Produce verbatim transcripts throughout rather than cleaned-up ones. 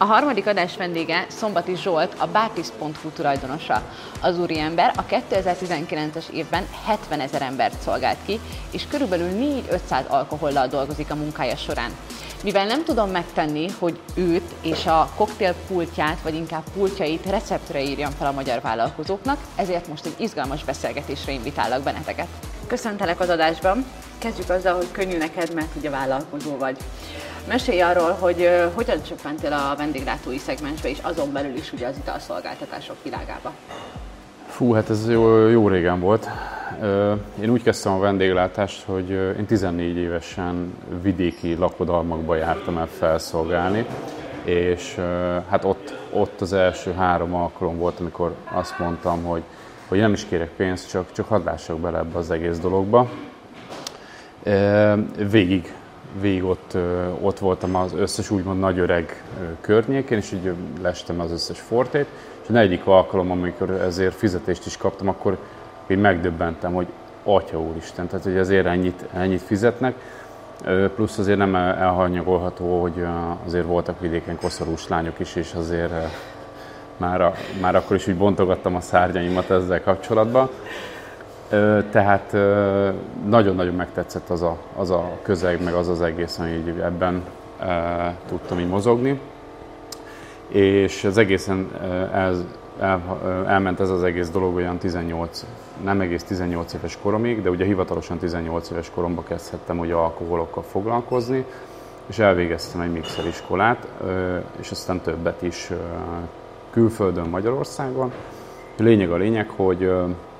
harmadik adás vendége Szombati Zsolt, a Bártiszt pont hu tulajdonosa. Az úriember a kétezer-tizenkilences évben hetvenezer embert szolgált ki, és körülbelül négy-ötszáz alkohollal dolgozik a munkája során. Mivel nem tudom megtenni, hogy őt és a koktél pultját, vagy inkább pultjait receptre írjam fel a magyar vállalkozóknak, ezért most egy izgalmas beszélgetésre invitálok benneteket. Köszöntelek az adásban. Kezdjük azzal, hogy könnyű neked, mert ugye vállalkozó vagy. Mesélj arról, hogy uh, hogyan csöppentél a vendéglátói szegmensbe, és azon belül is ugye az italszolgáltatások világába. Fú, hát ez jó, jó régen volt. Én úgy kezdtem a vendéglátást, hogy én tizennégy évesen vidéki lakodalmakba jártam el felszolgálni, és hát ott, ott az első három alkalom volt, amikor azt mondtam, hogy, hogy nem is kérek pénzt, csak, csak hadd lássak bele ebbe az egész dologba. Végig, végig ott, ott voltam az összes úgymond nagy öreg környékén, és így lestem az összes fortét. És a negyedik alkalom, amikor ezért fizetést is kaptam, akkor én megdöbbentem, hogy Atya úristen, tehát hogy azért ennyit, ennyit fizetnek. Plusz azért nem elhanyagolható, hogy azért voltak vidéken koszorús lányok is, és azért már, a, már akkor is úgy bontogattam a szárnyaimat ezzel kapcsolatban. Tehát nagyon-nagyon megtetszett az a, az a közeg, meg az az egész, ami így ebben e, tudtam így mozogni. És az egészen el, el, elment ez az egész dolog olyan tizennyolc, nem egész tizennyolc éves koromig, de ugye hivatalosan tizennyolc éves koromban kezdhettem ugye alkoholokkal foglalkozni, és elvégeztem egy mixeriskolát, és aztán többet is külföldön, Magyarországon. Lényeg a lényeg, hogy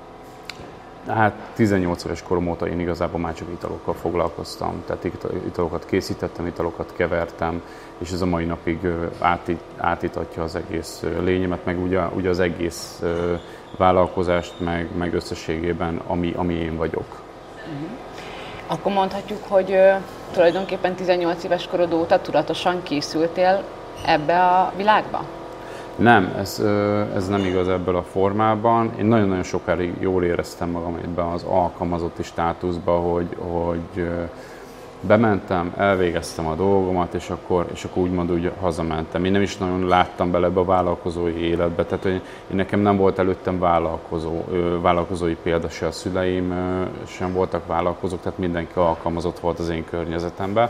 hát tizennyolc éves korom óta én igazából már csak italokkal foglalkoztam, tehát italokat készítettem, italokat kevertem, és ez a mai napig átítatja az egész lényemet, meg ugye, ugye az egész vállalkozást, meg, meg összességében, ami, ami én vagyok. Uh-huh. Akkor mondhatjuk, hogy uh, tulajdonképpen tizennyolc éves korod óta tudatosan készültél ebbe a világba? Nem, ez, ez nem igaz ebből a formában. Én nagyon-nagyon sokáig jól éreztem magam ebben az alkalmazotti státuszba, hogy, hogy bementem, elvégeztem a dolgomat, és akkor, és akkor úgymond úgy hazamentem. Én nem is nagyon láttam bele ebbe a vállalkozói életbe, tehát hogy én nekem nem volt előttem vállalkozó, vállalkozói példa, se a szüleim sem voltak vállalkozók, tehát mindenki alkalmazott volt az én környezetemben.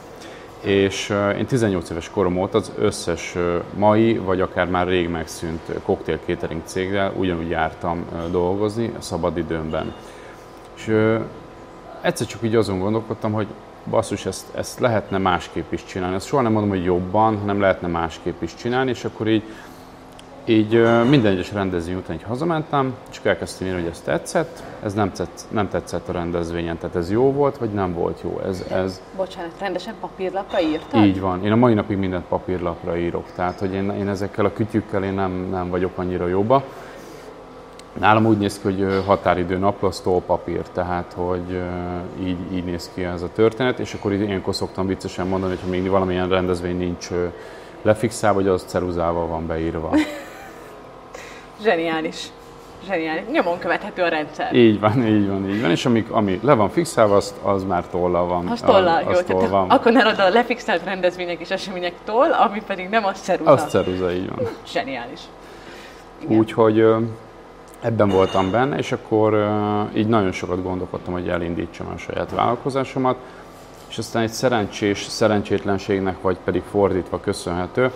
És én tizennyolc éves korom óta az összes mai, vagy akár már rég megszűnt cocktail catering céggel ugyanúgy jártam dolgozni a szabadidőmben. És egyszer csak így azon gondolkodtam, hogy basszus, ezt, ezt lehetne másképp is csinálni. Ezt soha nem mondom, hogy jobban, hanem lehetne másképp is csinálni, és akkor így, így minden egyes rendezvény után így hazamentem, csak elkezdtem írni, hogy ez tetszett, ez nem tetszett, nem tetszett a rendezvényen, tehát ez jó volt, vagy nem volt jó. Ez, ez... Bocsánat, rendesen papírlapra írtad? Így van. Én a mai napig mindent papírlapra írok, tehát hogy én, én ezekkel a kütyükkel én nem, nem vagyok annyira jobba. Nálam úgy néz ki, hogy határidő, naplóztó, papír, tehát hogy így, így néz ki ez a történet, és akkor ilyenkor szoktam viccesen mondani, hogy ha még valamilyen rendezvény nincs lefixálva, vagy az ceruzával van beírva. Zseniális. Zseniális. Nyomon követhető a rendszer. Így van, így van, így van. És ami, ami le van fixálva, az, az már tollal van. Az tollal, jó. Az toll van. Akkor nálad a lefixált rendezvények és események toll, ami pedig nem az ceruza. Az ceruza, így van. Zseniális. Úgyhogy ebben voltam benne, és akkor így nagyon sokat gondolkodtam, hogy elindítsam a saját vállalkozásomat, és aztán egy szerencsés szerencsétlenségnek, vagy pedig fordítva köszönhető,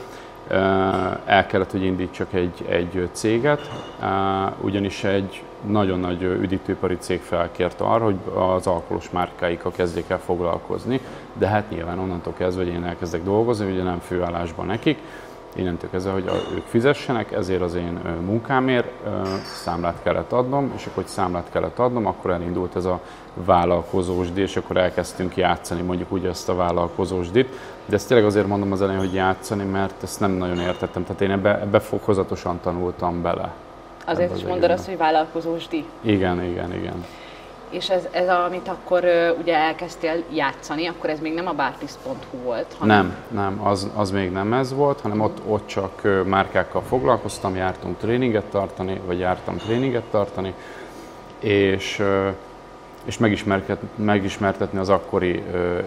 el kellett, hogy indítsak egy, egy céget, ugyanis egy nagyon nagy üdítőipari cég felkért arra, hogy az alkoholos márkáikkal kezdjék el foglalkozni, de hát nyilván onnantól kezdve, hogy én elkezdek dolgozni, ugye nem főállásban nekik, innentől kezdve, hogy ők fizessenek, ezért az én munkámért számlát kellett adnom, és akkor, hogy számlát kellett adnom, akkor elindult ez a vállalkozósdi, és akkor elkezdtünk játszani mondjuk úgy ezt a vállalkozósdit. De ezt tényleg azért mondom az elején, hogy játszani, mert ezt nem nagyon értettem, tehát én ebbe, ebbe fokozatosan tanultam bele. Azért is mondod azt, hogy vállalkozósdi. Igen, igen, igen. És ez, ez amit akkor uh, ugye elkezdtél játszani, akkor ez még nem a Bártiszt pont hu volt? Hanem... Nem, nem, az, az még nem ez volt, hanem ott, ott csak uh, márkákkal foglalkoztam, jártunk tréninget tartani, vagy jártam tréninget tartani, és, uh, és megismertetni az akkori uh,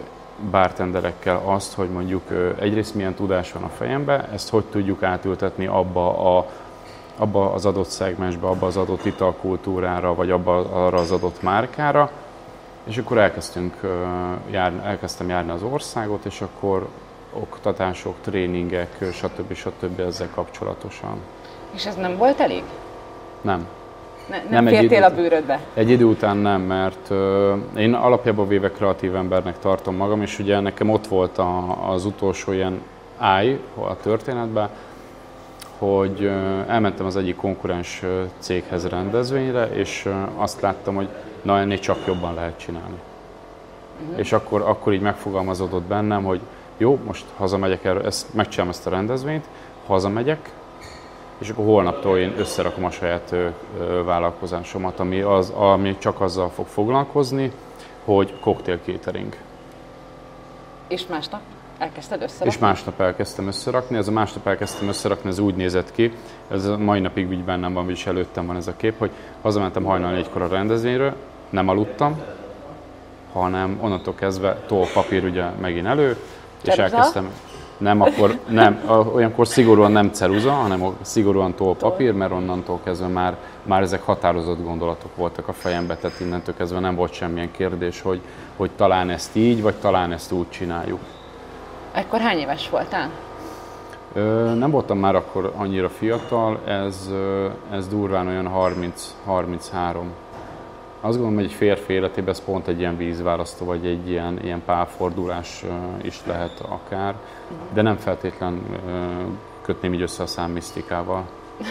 bartenderekkel azt, hogy mondjuk egyrészt milyen tudás van a fejembe, ezt hogy tudjuk átültetni abba, a, abba az adott szegmensbe, abba az adott italkultúrára, vagy abba arra az adott márkára. És akkor elkezdtünk járni, elkezdtem járni az országot, és akkor oktatások, tréningek, stb. stb. Ezzel kapcsolatosan. És ez nem volt elég? Nem. Ne, nem, nem fértél a bőrödbe? Egy idő után nem, mert uh, én alapjában véve kreatív embernek tartom magam, és ugye nekem ott volt a, az utolsó ilyen áj a történetben, hogy uh, elmentem az egyik konkurens uh, céghez rendezvényre, és uh, azt láttam, hogy na, ennél csak jobban lehet csinálni. Uh-huh. És akkor, akkor így megfogalmazódott bennem, hogy jó, most hazamegyek erről, ezt, megcsinálom ezt a rendezvényt, hazamegyek, és akkor holnaptól én összerakom a saját ö, ö, vállalkozásomat, ami, az, ami csak azzal fog foglalkozni, hogy cocktail catering. És másnap elkezdted összerakni? És másnap elkezdtem összerakni. Ez a másnap elkezdtem összerakni, ez úgy nézett ki, ez a mai napig úgy bennem van, vagyis előttem van ez a kép, hogy hazamentem hajnal négykor a rendezvényről, nem aludtam, hanem onnantól kezdve tollpapír ugye megint elő, és ceruza? elkezdtem. Nem, akkor nem, olyankor szigorúan nem ceruza, hanem szigorúan tollpapír, mert onnantól kezdve már, már ezek határozott gondolatok voltak a fejembe, tehát innentől kezdve nem volt semmilyen kérdés, hogy, hogy talán ezt így, vagy talán ezt úgy csináljuk. Ekkor hány éves voltál? Ö, nem voltam már akkor annyira fiatal, ez, ez durván olyan harminc harminchárom. Azt gondolom, hogy egy férfi életében ez pont egy ilyen vízválasztó, vagy egy ilyen, ilyen pálfordulás is lehet akár, de nem feltétlen kötném így össze a számmisztikával.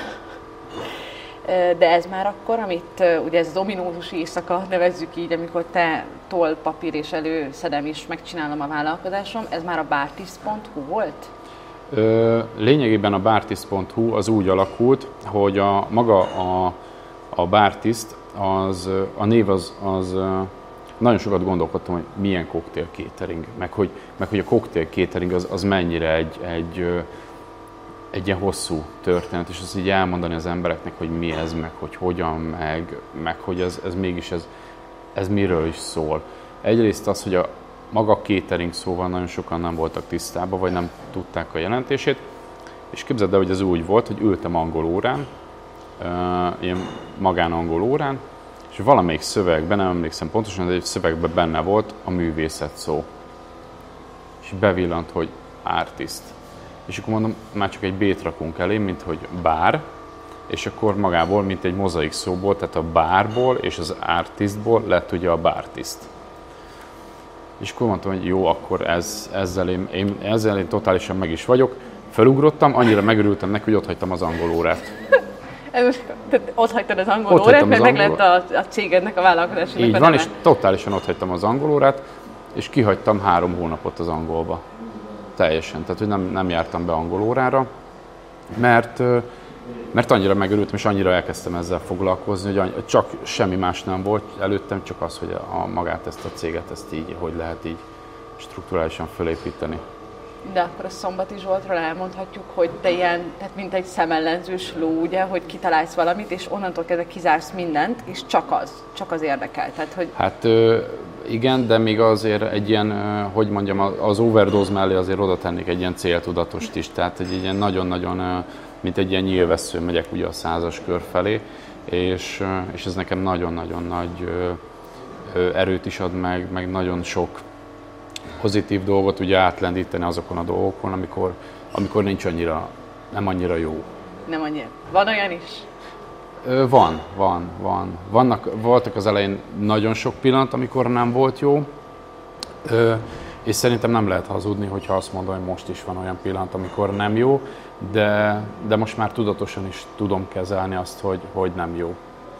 De ez már akkor, amit ugye ez az ominózus éjszaka, nevezzük így, amikor te tollpapír és előszedem és megcsinálom a vállalkozásom, ez már a bartiszt pont hu volt? Lényegében a bartiszt pont hu az úgy alakult, hogy a maga a, a bartiszt, az, a név az, az, nagyon sokat gondolkodtam, hogy milyen cocktail catering, meg hogy, meg hogy a cocktail catering az, az mennyire egy, egy, egy ilyen hosszú történet, és azt így elmondani az embereknek, hogy mi ez, meg hogy hogyan, meg, meg hogy ez, ez mégis ez, ez miről is szól. Egyrészt az, hogy a maga catering szóval nagyon sokan nem voltak tisztában, vagy nem tudták a jelentését, és képzeld el, hogy ez úgy volt, hogy ültem angol órán, ilyen magánangol órán, és valamelyik szövegben, nem emlékszem pontosan, de egy szövegben benne volt a művészet szó. És bevillant, hogy artist. És akkor mondom, már csak egy B-t rakunk elé, mint hogy bár, és akkor magából, mint egy mozaik szóból, tehát a bárból és az artistból lett ugye a bartiszt. És akkor mondtam, hogy jó, akkor ez, ezzel, én, én, ezzel én totálisan meg is vagyok. Felugrottam, annyira megörültem neki, hogy otthagytam az angol órát. Tehát ott hagytad az angol ott órát, mert meg lett a, a cégednek, a vállalkozásnak így a van, neve. És totálisan ott hagytam az angol órát, és kihagytam három hónapot az angolba. Teljesen, tehát hogy nem, nem jártam be angol órára, mert, mert annyira megörültem, és annyira elkezdtem ezzel foglalkozni, hogy csak semmi más nem volt előttem, csak az, hogy a, magát ezt a céget, ezt így, hogy lehet így strukturálisan fölépíteni. De akkor a Szombati Zsoltról elmondhatjuk, hogy te ilyen, tehát mint egy szemellenzős ló, ugye, hogy kitalálsz valamit, és onnantól kezdve kizársz mindent, és csak az, csak az érdekel. Tehát, hogy... Hát igen, de még azért egy ilyen, hogy mondjam, az overdose mellé azért oda tennék egy ilyen céltudatost is, tehát egy ilyen nagyon-nagyon, mint egy ilyen nyílvessző megyek ugye a százas kör felé, és, és ez nekem nagyon-nagyon nagy erőt is ad meg, meg nagyon sok pozitív dolgot ugye átlendíteni azokon a dolgokon, amikor, amikor nincs annyira, nem annyira jó. Nem annyira. Van olyan is? Ö, van, van, van. Vannak, voltak az elején nagyon sok pillanat, amikor nem volt jó, ö, és szerintem nem lehet hazudni, hogyha azt mondom, hogy most is van olyan pillanat, amikor nem jó, de, de most már tudatosan is tudom kezelni azt, hogy, hogy nem jó.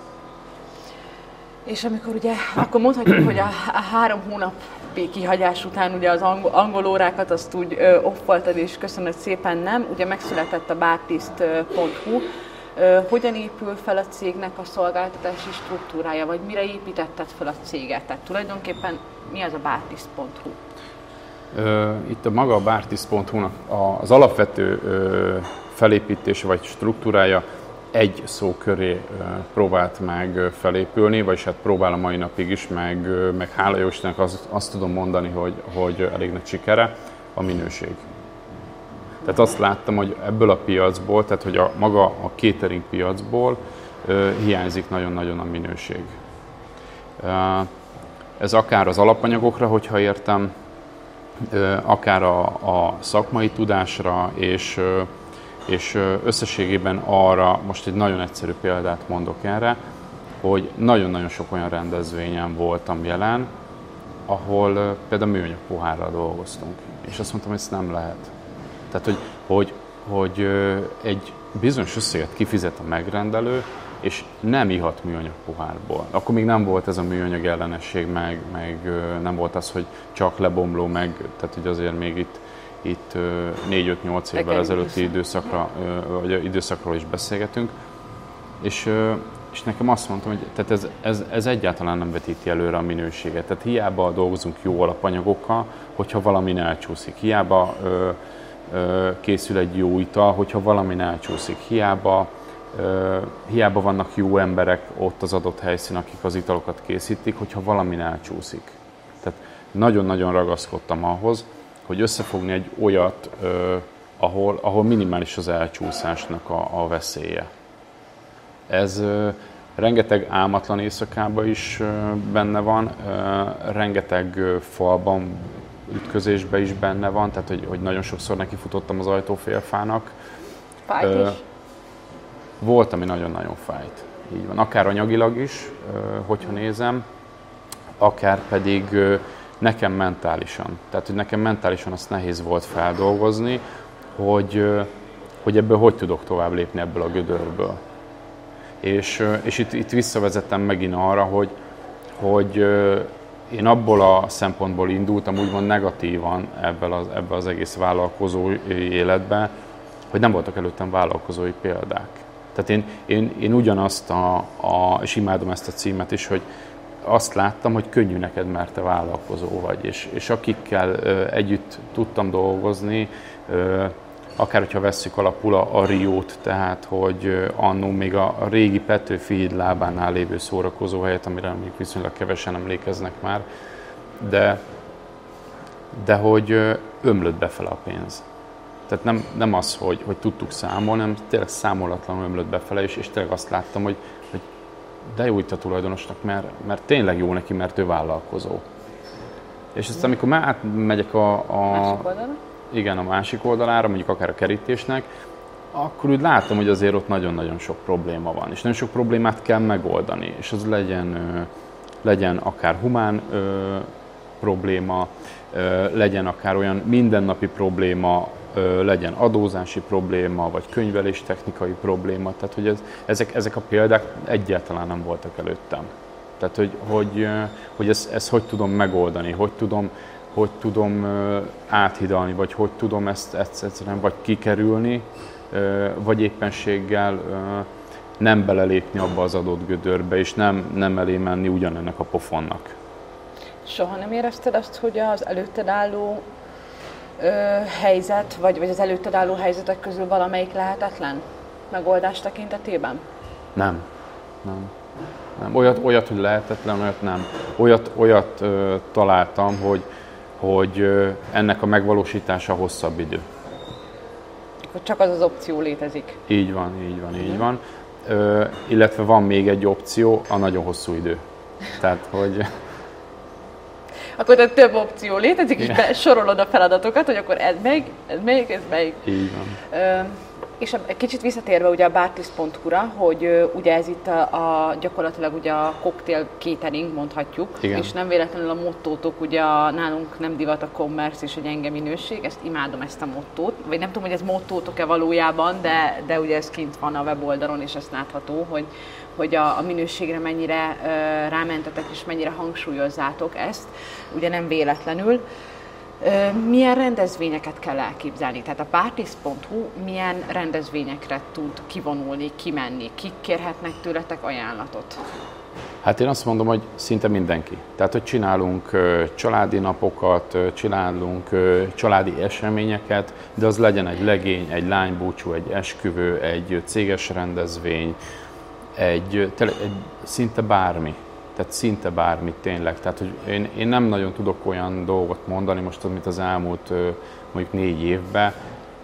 És amikor ugye, akkor mondhatjuk, hogy a, a három hónap kihagyás után ugye az angol, angol órákat azt úgy ö, offoltad, és köszönöd szépen, nem? Ugye megszületett a bartiszt pont hu. Ö, hogyan épül fel a cégnek a szolgáltatási struktúrája, vagy mire építetted fel a céget? Tehát tulajdonképpen mi az a bartiszt pont hu? Ö, itt a maga a bartiszt pont hu-nak az alapvető ö, felépítése vagy struktúrája egy szó köré próbált meg felépülni, vagyis hát próbál a mai napig is, meg, meg hála jó Istennek azt, azt tudom mondani, hogy, hogy elég nagy sikere, a minőség. Tehát azt láttam, hogy ebből a piacból, tehát hogy a maga a catering piacból hiányzik nagyon-nagyon a minőség. Ez akár az alapanyagokra, hogyha értem, akár a, a szakmai tudásra, és, és összességében arra, most egy nagyon egyszerű példát mondok erre, hogy nagyon-nagyon sok olyan rendezvényen voltam jelen, ahol például műanyag pohárral dolgoztunk, és azt mondtam, hogy ez nem lehet. Tehát, hogy, hogy, hogy egy bizonyos összeget kifizet a megrendelő, és nem ihat műanyag pohárból. Akkor még nem volt ez a műanyag ellenesség, meg, meg nem volt az, hogy csak lebomló, meg, tehát hogy azért még itt, itt négy-öt-nyolc évvel ezelőtti időszakra, vagy időszakról is beszélgetünk. És, és nekem azt mondtam, hogy tehát ez, ez, ez egyáltalán nem vetíti előre a minőséget. Tehát hiába dolgozunk jó alapanyagokkal, hogyha valami elcsúszik. Hiába ö, ö, készül egy jó ital, hogyha valami elcsúszik. Hiába Uh, hiába vannak jó emberek ott az adott helyszín, akik az italokat készítik, hogyha valami elcsúszik. Tehát nagyon-nagyon ragaszkodtam ahhoz, hogy összefogni egy olyat, uh, ahol, ahol minimális az elcsúszásnak a, a veszélye. Ez uh, rengeteg álmatlan éjszakában is uh, benne van, uh, rengeteg uh, falban, ütközésben is benne van, tehát hogy, hogy nagyon sokszor nekifutottam az ajtófélfának. Fájt uh, is? Volt, ami nagyon-nagyon fájt. Így van. Akár anyagilag is, hogyha nézem, akár pedig nekem mentálisan. Tehát, hogy nekem mentálisan azt nehéz volt feldolgozni, hogy, hogy ebből hogy tudok tovább lépni ebből a gödörből. És, és itt, itt visszavezettem megint arra, hogy, hogy én abból a szempontból indultam, úgymond negatívan ebből az, ebből az egész vállalkozói életben, hogy nem voltak előttem vállalkozói példák. Tehát én, én, én ugyanazt, a, a, és imádom ezt a címet is, hogy azt láttam, hogy könnyű neked, mert te vállalkozó vagy. És, és akikkel ö, együtt tudtam dolgozni, ö, akár hogyha vesszük alapul a, a Riót, tehát hogy ö, annó még a, a régi Petőfi híd lábánál lévő szórakozóhelyet, amire még viszonylag kevesen emlékeznek már, de, de hogy ö, ömlött befele a pénz. Tehát nem, nem az, hogy, hogy tudtuk számolni, hanem tényleg számolatlanul ömlött befele, és, és tényleg azt láttam, hogy, hogy de jó itt a tulajdonosnak, mert, mert tényleg jó neki, mert ő vállalkozó. És aztán amikor már átmegyek a, a, igen, a másik oldalára, mondjuk akár a kerítésnek, akkor úgy látom, hogy azért ott nagyon-nagyon sok probléma van, és nagyon sok problémát kell megoldani, és az legyen, legyen akár humán ö, probléma, ö, legyen akár olyan mindennapi probléma, legyen adózási probléma, vagy könyvelés technikai probléma, tehát hogy ez, ezek, ezek a példák egyáltalán nem voltak előttem. Tehát, hogy, hogy, hogy ezt, ezt hogy tudom megoldani, hogy tudom, hogy tudom áthidalni, vagy hogy tudom ezt, ezt egyszerűen vagy kikerülni, vagy éppenséggel nem belelépni abba az adott gödörbe, és nem, nem elé menni ugyanennek a pofonnak. Soha nem érezted azt, hogy az előtted álló Ö, helyzet, vagy, vagy az előtted álló helyzetek közül valamelyik lehetetlen megoldás tekintetében? Nem. Nem. nem. Olyat, olyat, hogy lehetetlen, olyat nem. Olyat, olyat ö, találtam, hogy, hogy ö, ennek a megvalósítása hosszabb idő. Hogy csak az az opció létezik. Így van, így van, így van. Ö, illetve van még egy opció, a nagyon hosszú idő. Tehát, hogy... Akkor tehát több opció létezik, és besorolod a feladatokat, hogy akkor ez melyik, ez melyik, ez melyik. Így van. Ö, és egy kicsit visszatérve ugye a bartis pont hu-ra, hogy ö, ugye ez itt a, a gyakorlatilag ugye a cocktail catering mondhatjuk, igen. És nem véletlenül a mottótok, ugye a, nálunk nem divat a commerce és a gyenge minőség, ezt imádom ezt a mottót, vagy nem tudom, hogy ez mottótok-e valójában, de, de ugye ez kint van a weboldalon, és ezt látható, hogy hogy a, a minőségre mennyire ö, rámentetek, és mennyire hangsúlyozzátok ezt, ugye nem véletlenül. Ö, milyen rendezvényeket kell elképzelni? Tehát a bartis pont hu milyen rendezvényekre tud kivonulni, kimenni? Kik kérhetnek tőletek ajánlatot? Hát én azt mondom, hogy szinte mindenki. Tehát, hogy csinálunk családi napokat, csinálunk családi eseményeket, de az legyen egy legény, egy lánybúcsú, egy esküvő, egy céges rendezvény, egy, tele, egy szinte bármi. Tehát szinte bármi tényleg. Tehát, hogy én, én nem nagyon tudok olyan dolgot mondani most, amit az elmúlt mondjuk négy évben,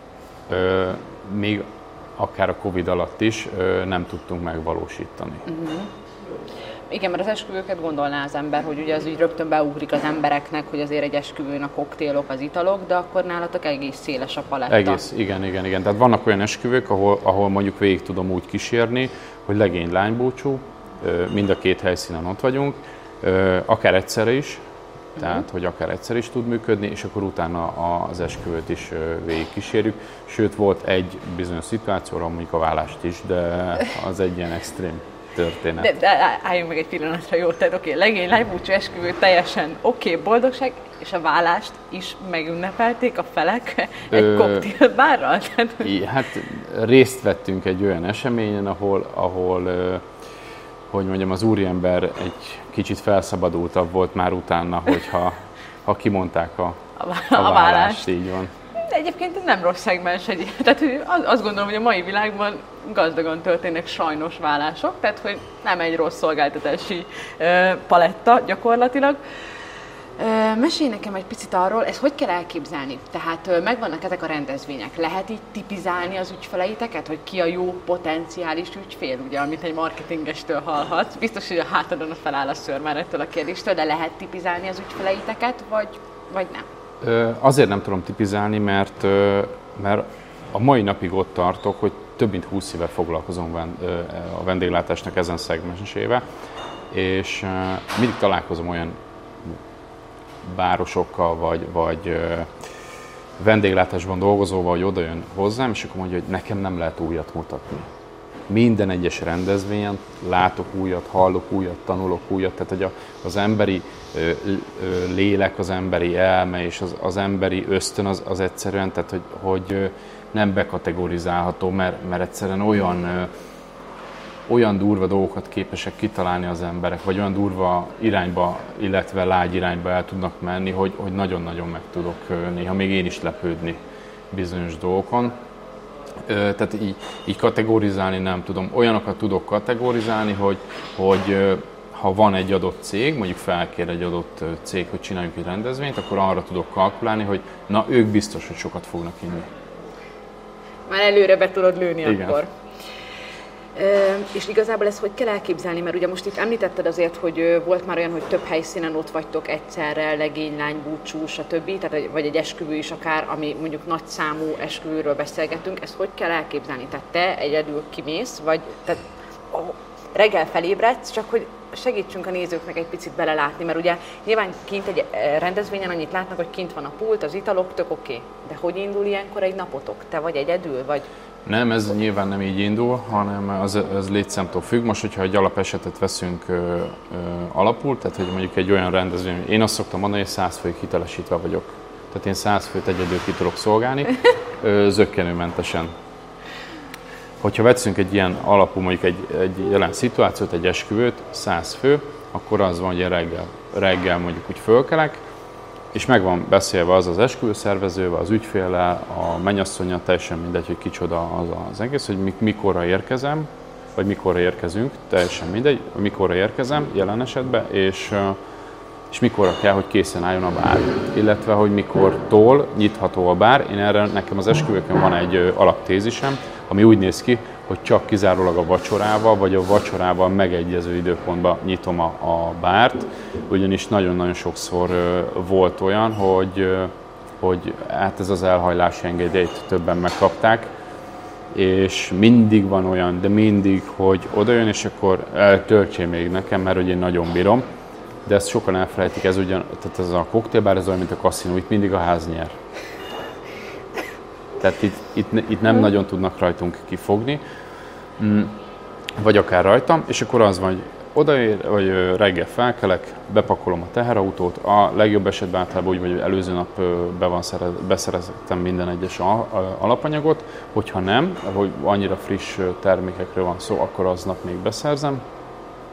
még akár a Covid alatt is nem tudtunk megvalósítani. Uh-huh. Igen, mert az esküvőket gondolná az ember, hogy ugye az úgy rögtön beugrik az embereknek, hogy azért egy esküvőn a koktélok, az italok, de akkor nálatok egész széles a paletta. Egész, igen, igen, igen. Tehát vannak olyan esküvők, ahol, ahol mondjuk végig tudom úgy kísérni, hogy legény lánybúcsú, mind a két helyszínen ott vagyunk, akár egyszerre is, tehát uh-huh. hogy akár egyszer is tud működni, és akkor utána az esküvőt is végig kísérjük. Sőt, volt egy bizonyos szituációra, mondjuk a vállást is, de az egy ilyen extrém történet. De, de álljunk meg egy pillanatra, jó, tehát oké, okay, legény, lánybúcsú, esküvő, teljesen oké, okay, boldogság, és a vállást is megünnepelték a felek egy Ö, koktélbárral? Hát részt vettünk egy olyan eseményen, ahol, ahol hogy mondjam, az úriember egy kicsit felszabadultabb volt már utána, hogyha ha kimondták a, a, a, a vállást. Így van. De egyébként nem rossz szegmens egy. Tehát azt gondolom, hogy a mai világban gazdagon történnek sajnos vállások, tehát hogy nem egy rossz szolgáltatási paletta gyakorlatilag. Mesélj nekem egy picit arról, ezt hogy kell elképzelni? Tehát megvannak ezek a rendezvények. Lehet így tipizálni az ügyfeleiteket, hogy ki a jó potenciális ügyfél, ugye, amit egy marketingestől hallhatsz. Biztos, hogy a hátadon feláll a szőr már ettől a kérdéstől, de lehet tipizálni az ügyfeleiteket, vagy, vagy nem? Azért nem tudom tipizálni, mert, mert a mai napig ott tartok, hogy több mint húsz éve foglalkozom a vendéglátásnak ezen szegmensével, és mindig találkozom olyan bárosokkal, vagy, vagy vendéglátásban dolgozóval, hogy oda jön hozzám, és akkor mondja, hogy nekem nem lehet újat mutatni. Minden egyes rendezvényen látok újat, hallok újat, tanulok újat, tehát hogy az emberi ö, ö, lélek, az emberi elme és az, az emberi ösztön az, az egyszerűen, tehát hogy, hogy nem bekategorizálható, mert, mert egyszerűen olyan, ö, olyan durva dolgokat képesek kitalálni az emberek, vagy olyan durva irányba, illetve lágy irányba el tudnak menni, hogy, hogy nagyon-nagyon meg tudok néha még én is lepődni bizonyos dolgokon. Tehát így, így kategorizálni nem tudom. Olyanokat tudok kategorizálni, hogy, hogy ha van egy adott cég, mondjuk felkér egy adott cég, hogy csináljunk egy rendezvényt, akkor arra tudok kalkulálni, hogy na, ők biztos, hogy sokat fognak inni. Már előre be tudod lőni. Igen. Akkor. És igazából ezt hogy kell elképzelni? Mert ugye most itt említetted azért, hogy volt már olyan, hogy több helyszínen ott vagytok egyszerre, legény, lány, búcsú, stb. Tehát, vagy egy esküvő is akár, ami mondjuk nagy számú esküvőről beszélgetünk. Ezt hogy kell elképzelni? Tehát te egyedül kimész, vagy tehát, oh, reggel felébredsz, csak hogy segítsünk a nézőknek egy picit belelátni, mert ugye nyilván kint egy rendezvényen annyit látnak, hogy kint van a pult, az italok, tök oké. Okay. De hogy indul ilyenkor egy napotok? Te vagy egyedül, vagy... Nem, ez nyilván nem így indul, hanem az, az létszámtól függ. Most, hogyha egy alapesetet veszünk ö, ö, alapul, tehát hogy mondjuk egy olyan rendezvény, én azt szoktam mondani, hogy száz főig hitelesítve vagyok. Tehát én száz főt egyedül ki tudok szolgálni, ö, zökkenőmentesen. Hogyha veszünk egy ilyen alapú, mondjuk egy, egy jelen szituációt, egy esküvőt, száz fő, akkor az van, hogy én reggel, reggel mondjuk úgy fölkelek, és meg van beszélve az az esküvőszervezővel, az ügyféllel, a mennyasszonnyal, teljesen mindegy, hogy kicsoda az az egész, hogy mikorra érkezem, vagy mikorra érkezünk, teljesen mindegy, mikorra érkezem jelen esetben, és, és mikorra kell, hogy készen álljon a bár. Illetve, hogy mikortól nyitható a bár. Én erre, nekem az esküvőkön van egy alaptézisem, ami úgy néz ki, hogy csak kizárólag a vacsorával, vagy a vacsorával megegyező időpontban nyitom a, a bárt, ugyanis nagyon-nagyon sokszor uh, volt olyan, hogy, uh, hogy hát ez az elhajlási engedélyt többen megkapták, és mindig van olyan, de mindig, hogy odajön, és akkor töltsél még nekem, mert hogy én nagyon bírom, de ezt sokan elfelejtik, ez ugyan, tehát ez a koktélbár, ez olyan, mint a kaszinó, itt mindig a ház nyer. Tehát itt, itt, itt nem nagyon tudnak rajtunk kifogni, vagy akár rajtam, és akkor az van, hogy odaér, vagy reggel felkelek, bepakolom a teherautót, a legjobb esetben általában úgy, hogy előző nap be van szerez, beszereztem minden egyes alapanyagot, hogyha nem, hogy annyira friss termékekről van szó, akkor aznap még beszerzem,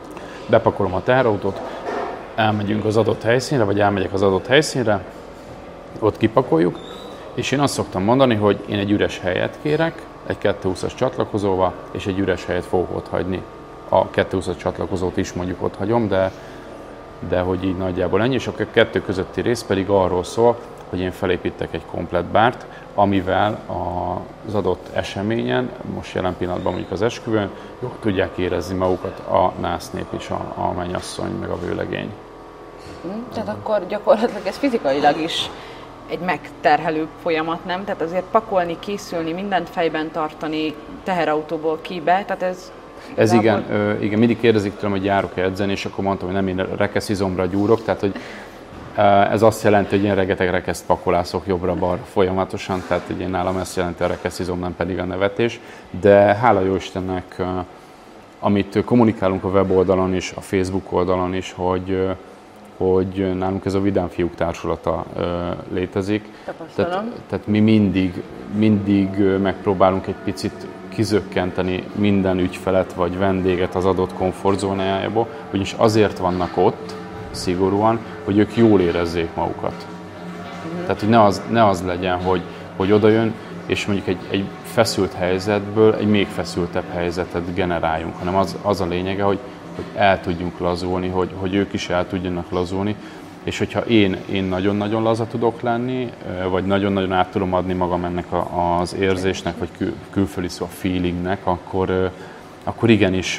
bepakolom a teherautót, elmegyünk az adott helyszínre, vagy elmegyek az adott helyszínre, ott kipakoljuk, és én azt szoktam mondani, hogy én egy üres helyet kérek, egy kétszázhúszas csatlakozóval, és egy üres helyet fogok ott hagyni. A kétszázhúszas csatlakozót is mondjuk ott hagyom, de, de hogy így nagyjából ennyi, és a kettő közötti rész pedig arról szól, hogy én felépítek egy komplett bárt, amivel az adott eseményen, most jelen pillanatban mondjuk az esküvőn, jól tudják érezni magukat a násznép is, a, a mennyasszony, meg a vőlegény. Tehát akkor gyakorlatilag ez fizikailag is egy megterhelő folyamat, nem? Tehát azért pakolni, készülni, mindent fejben tartani, teherautóból kibe, tehát ez... Ez igen, ö, igen, mindig kérdezik tőlem, hogy járok-e edzeni, és akkor mondtam, hogy nem, én rekeszizomra gyúrok, tehát hogy ez azt jelenti, hogy én rengeteg rekeszt pakolászok jobbra-balra folyamatosan, tehát hogy én nálam ezt jelenti a rekeszizom, nem pedig a nevetés, de hála jó Istennek, amit kommunikálunk a weboldalon is, a Facebook oldalon is, hogy hogy nálunk ez a Vidám Fiúk társulata létezik. Tehát, tehát mi mindig, mindig megpróbálunk egy picit kizökkenteni minden ügyfelet vagy vendéget az adott komfortzónájából, ugyanis azért vannak ott szigorúan, hogy ők jól érezzék magukat. Uh-huh. Tehát, hogy ne az, ne az legyen, hogy, hogy odajön, és mondjuk egy, egy feszült helyzetből egy még feszültebb helyzetet generáljunk, hanem az, az a lényege, hogy hogy el tudjunk lazulni, hogy, hogy ők is el tudjanak lazulni, és hogyha én, én nagyon-nagyon laza tudok lenni, vagy nagyon-nagyon át tudom adni magam ennek a, az érzésnek, vagy kül, külföldi szó a feelingnek, akkor, akkor igenis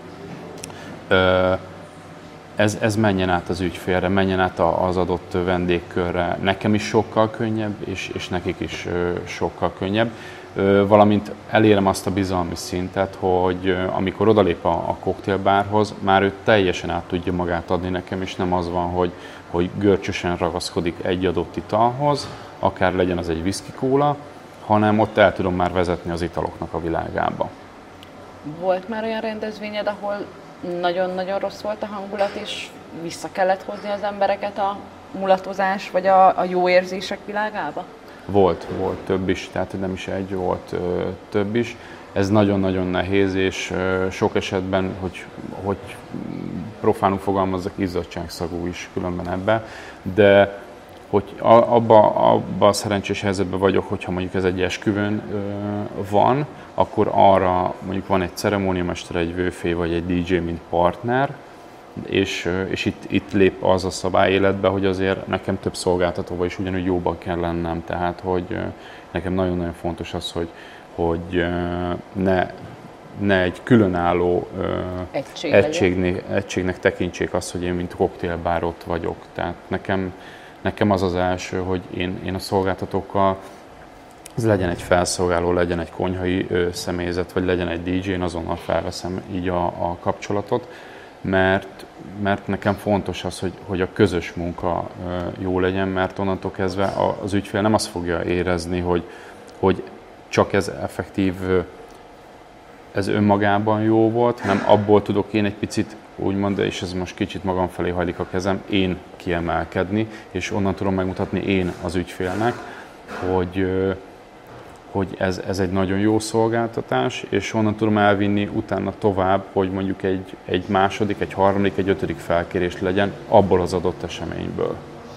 ez, ez menjen át az ügyfélre, menjen át az adott vendégkörre. Nekem is sokkal könnyebb, és, és nekik is sokkal könnyebb. Valamint elérem azt a bizalmi szintet, hogy amikor odalép a, a koktélbárhoz, már ő teljesen át tudja magát adni nekem, és nem az van, hogy, hogy görcsösen ragaszkodik egy adott italhoz, akár legyen az egy whisky kóla, hanem ott el tudom már vezetni az italoknak a világába. Volt már olyan rendezvényed, ahol nagyon-nagyon rossz volt a hangulat, és vissza kellett hozni az embereket a mulatozás vagy a, a jó érzések világába? Volt, volt több is, tehát nem is egy, volt ö, több is. Ez nagyon-nagyon nehéz, és ö, sok esetben, hogy, hogy profánul fogalmazzak, izzadságszagú is különben ebben, de hogy abban abba a szerencsés helyzetben vagyok, hogyha mondjuk ez egy esküvőn ö, van, akkor arra mondjuk van egy ceremóniamester, egy vőfé vagy egy dé dzsé, mint partner, és, és itt, itt lép az a szabály életbe, hogy azért nekem több szolgáltatóval is ugyanúgy jóban kell lennem, tehát hogy nekem nagyon-nagyon fontos az, hogy, hogy ne, ne egy különálló Egység egységnek, egységnek tekintsék azt, hogy én mint koktélbár ott vagyok. Tehát nekem, nekem az az első, hogy én, én a szolgáltatókkal, ez legyen egy felszolgáló, legyen egy konyhai személyzet, vagy legyen egy dé dzsé, én azonnal felveszem így a, a kapcsolatot, mert, mert nekem fontos az, hogy, hogy a közös munka jó legyen, mert onnantól kezdve az ügyfél nem azt fogja érezni, hogy, hogy csak ez effektív, ez önmagában jó volt, hanem abból tudok én egy picit, úgymond, és ez most kicsit magam felé hajlik a kezem, én kiemelkedni, és onnan tudom megmutatni én az ügyfélnek, hogy, hogy ez, ez egy nagyon jó szolgáltatás, és onnan tudom elvinni utána tovább, hogy mondjuk egy, egy második, egy harmadik, egy ötödik felkérés legyen abból az adott eseményből.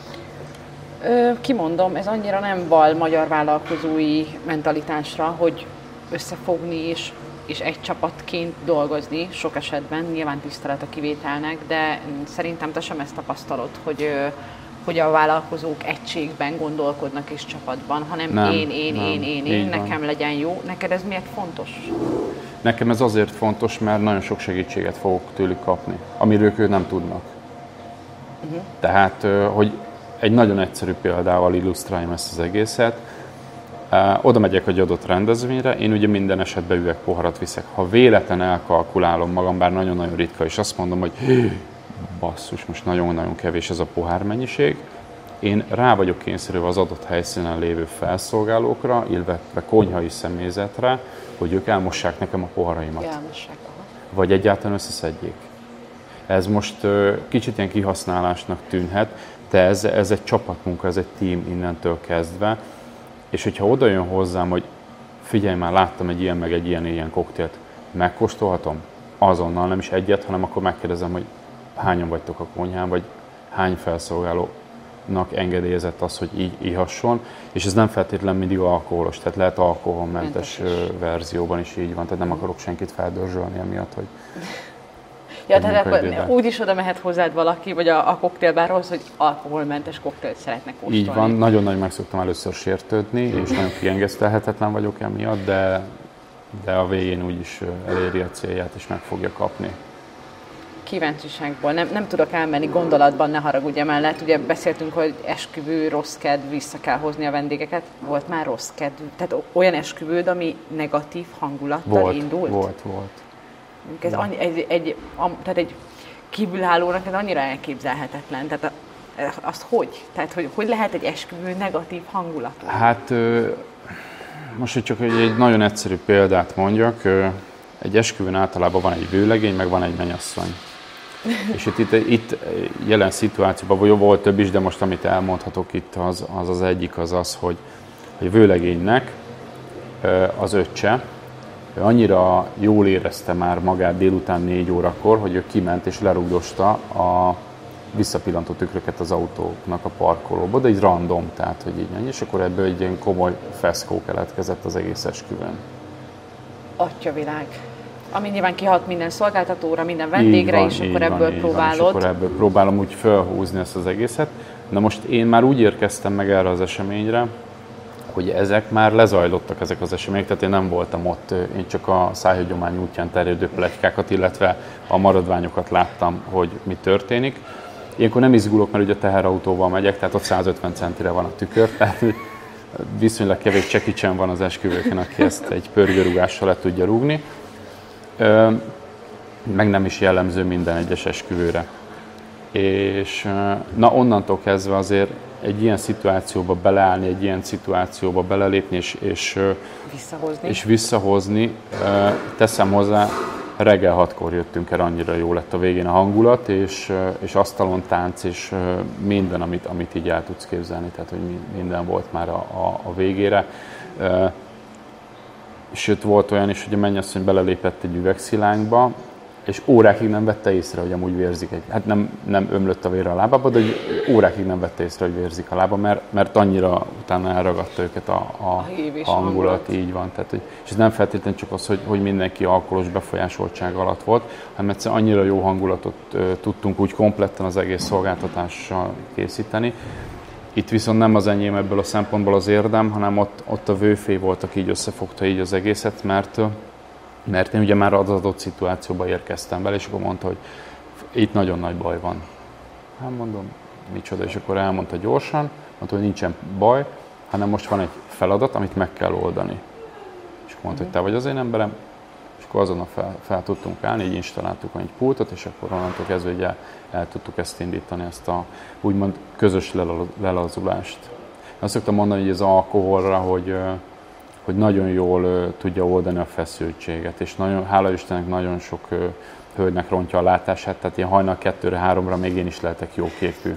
Ö, kimondom, ez annyira nem val magyar vállalkozói mentalitásra, hogy összefogni és, és egy csapatként dolgozni sok esetben, nyilván tisztelet a kivételnek, de szerintem te sem ezt tapasztalod, hogy hogy a vállalkozók egységben gondolkodnak és csapatban, hanem nem, én, én, nem, én, én, én, nekem van. Legyen jó. Neked ez miért fontos? Nekem ez azért fontos, mert nagyon sok segítséget fogok tőlük kapni, amiről ők nem tudnak. Uh-huh. Tehát, hogy egy nagyon egyszerű példával illusztráljam ezt az egészet, oda megyek egy adott rendezvényre, én ugye minden esetben üvegpoharat viszek. Ha véletlen elkalkulálom magam, bár nagyon-nagyon ritka, és azt mondom, hogy basszus, most nagyon-nagyon kevés ez a pohár mennyiség. Én rá vagyok kényszerülve az adott helyszínen lévő felszolgálókra, illetve konyhai személyzetre, hogy ők elmossák nekem a poharaimat. Elmossák. Vagy egyáltalán összeszedjék. Ez most uh, kicsit ilyen kihasználásnak tűnhet, de ez, ez egy csapatmunka, ez egy team innentől kezdve. És hogyha oda jön hozzám, hogy figyelj már, láttam egy ilyen, meg egy ilyen, ilyen koktélt, megkóstolhatom? azonnal, nem is egyet, hanem akkor megkérdezem, hogy hányan vagytok a konyhán, vagy hány felszolgálónak engedélyezett az, hogy így ihasson, és ez nem feltétlenül mindig alkoholos, tehát lehet alkoholmentes verzióban is így van, tehát nem akarok senkit feldörzsölni emiatt, hogy... Ja, tehát akkor úgy is oda mehet hozzád valaki, vagy a, a koktélbárhoz, hogy alkoholmentes koktélt szeretne kóstolni. Így van, nagyon nagy meg szoktam először sértődni, és nagyon kiengesztelhetetlen vagyok emiatt, de, de a végén úgyis eléri a célját, és meg fogja kapni. Kíváncsiságból. Nem, nem tudok elmenni gondolatban, ne haragudj emellett. Ugye beszéltünk, hogy esküvő, rossz kedv, vissza kell hozni a vendégeket. Volt már rossz kedv? Tehát olyan esküvőd, ami negatív hangulattal volt, indult? Volt, volt. Ez annyi, egy, egy, tehát egy kívülállónak ez annyira elképzelhetetlen. Tehát azt hogy? Tehát hogy, hogy lehet egy esküvő negatív hangulatú? Hát most, hogy csak egy, egy nagyon egyszerű példát mondjak, egy esküvőn általában van egy vőlegény, meg van egy mennyasszony. És itt, itt, itt jelen szituációban, vagy volt több is, de most amit elmondhatok itt, az az, az egyik az az, hogy a vőlegénynek az öccse, ő annyira jól érezte már magát délután négy órakor, hogy ő kiment és lerugdosta a visszapillantó tükröket az autóknak a parkolóba, de egy random, tehát hogy így mondja, és akkor ebből egy ilyen komoly feszkó keletkezett az egész esküvőn. Atyavilág. Ami nyilván kihat minden szolgáltatóra, minden vendégre, van, és akkor ebből van, próbálod. Van, és akkor ebből próbálom úgy felhúzni ezt az egészet. Na most én már úgy érkeztem meg erre az eseményre, hogy ezek már lezajlottak, ezek az események, tehát én nem voltam ott, én csak a szájhagyomány útján terjedő pletykákat, illetve a maradványokat láttam, hogy mi történik. Ilyenkor nem izgulok, mert ugye teherautóval megyek, tehát ott százötven centire van a tükör, tehát viszonylag kevés csekicsen van az esküvőken, aki ezt egy pörgőrúgással le tudja rúgni. Meg nem is jellemző minden egyes esküvőre. És na onnantól kezdve azért egy ilyen szituációba beleállni, egy ilyen szituációba belelépni és, és, visszahozni. és visszahozni, teszem hozzá, reggel hatkor jöttünk el, annyira jó lett a végén a hangulat, és, és asztalon tánc, és minden, amit, amit így el tudsz képzelni, tehát hogy minden volt már a, a, a végére. Sőt, volt olyan is, hogy a mennyasszony belelépett egy üvegszilánkba, és órákig nem vette észre, hogy amúgy vérzik egy. Hát nem, nem ömlött a vér a lábába, de órákig nem vette észre, hogy vérzik a lába, mert, mert annyira utána elragadta őket a, a, a hangulat, hangulat, így van. Tehát, és ez nem feltétlenül csak az, hogy, hogy mindenki alkoholos befolyásoltság alatt volt, hanem egyszerűen annyira jó hangulatot uh, tudtunk úgy kompletten az egész szolgáltatással készíteni. Itt viszont nem az enyém ebből a szempontból az érdem, hanem ott, ott a vőfé volt, aki így összefogta így az egészet, mert Mert én ugye már az adott szituációba érkeztem bele, és akkor mondta, hogy itt nagyon nagy baj van. Hát mondom, micsoda, és akkor elmondta gyorsan, mondta, hogy nincsen baj, hanem most van egy feladat, amit meg kell oldani. És akkor mondta, hogy te vagy az én emberem, és akkor azonnal fel, fel tudtunk állni, így installáltuk egy pultot, és akkor onnantól kezdve ugye el, el tudtuk ezt indítani, ezt a úgymond közös lelazulást. Azt szoktam mondani, hogy az alkoholra, hogy hogy nagyon jól uh, tudja oldani a feszültséget, és nagyon, hála Istennek nagyon sok uh, hölgynek rontja a látását, tehát ilyen hajnal kettőre, háromra még én is lehetek jó képű.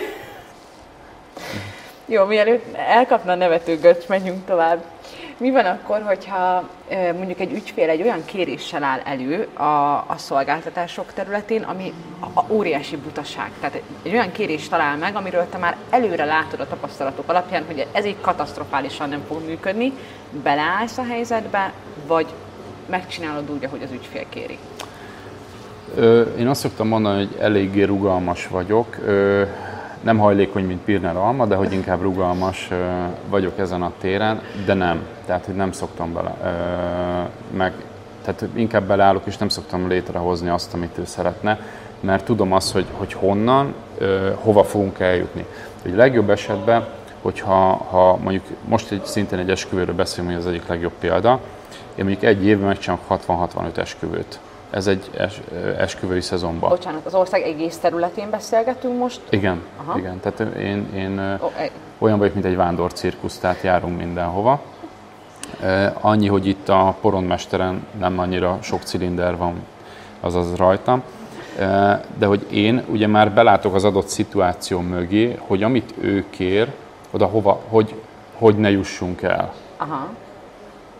Jó, mielőtt elkapna a nevető göcs, menjünk tovább. Mi van akkor, hogyha mondjuk egy ügyfél egy olyan kéréssel áll elő a, a szolgáltatások területén, ami a, a óriási butaság. Tehát egy olyan kérést talál meg, amiről te már előre látod a tapasztalatok alapján, hogy ez így katasztrofálisan nem fog működni, beleállsz a helyzetbe, vagy megcsinálod úgy, ahogy az ügyfél kéri? Én azt szoktam mondani, hogy eléggé rugalmas vagyok. Nem hajlékony, mint Pirner alma, de hogy inkább rugalmas vagyok ezen a téren, de nem. Tehát, hogy nem szoktam bele, meg, tehát inkább beleállok, és nem szoktam létrehozni azt, amit ő szeretne, mert tudom azt, hogy, hogy honnan, hova fogunk eljutni. Egy legjobb esetben, hogyha ha mondjuk most egy, szintén egy esküvőről beszélünk, hogy az egyik legjobb példa, én mondjuk egy évben megcsinálok hatvan-hatvanöt esküvőt. Ez egy es, esküvői szezonban. Bocsánat, az ország egész területén beszélgetünk most? Igen, Aha. igen. Tehát én, én oh, olyan vagyok, mint egy vándorcirkusz, tehát járunk mindenhova. Annyi, hogy itt a porondmesteren nem annyira sok cilinder van, azaz rajtam. De hogy én ugye már belátok az adott szituáció mögé, hogy amit ő kér, oda hova, hogy, hogy ne jussunk el. Aha.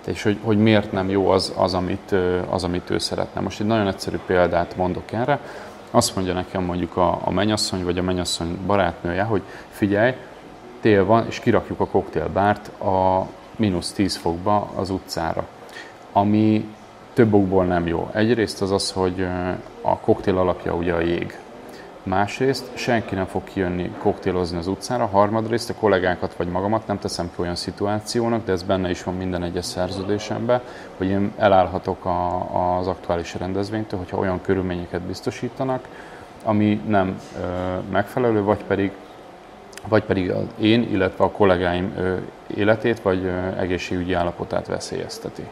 És hogy, hogy miért nem jó az, az, amit, az, amit ő szeretne. Most egy nagyon egyszerű példát mondok erre. Azt mondja nekem mondjuk a, a mennyasszony, vagy a mennyasszony barátnője, hogy figyelj, tél van, és kirakjuk a koktélbárt a mínusz tíz fokba az utcára. Ami több okból nem jó. Egyrészt az az, hogy a koktél alapja ugye a jég. Másrészt senki nem fog kijönni koktélozni az utcára. Harmadrészt a kollégákat vagy magamat nem teszem ki olyan szituációnak, de ez benne is van minden egyes szerződésemben, hogy én elállhatok a, az aktuális rendezvénytől, hogyha olyan körülményeket biztosítanak, ami nem ö, megfelelő, vagy pedig, vagy pedig az én, illetve a kollégáim ö, életét vagy ö, egészségügyi állapotát veszélyezteti.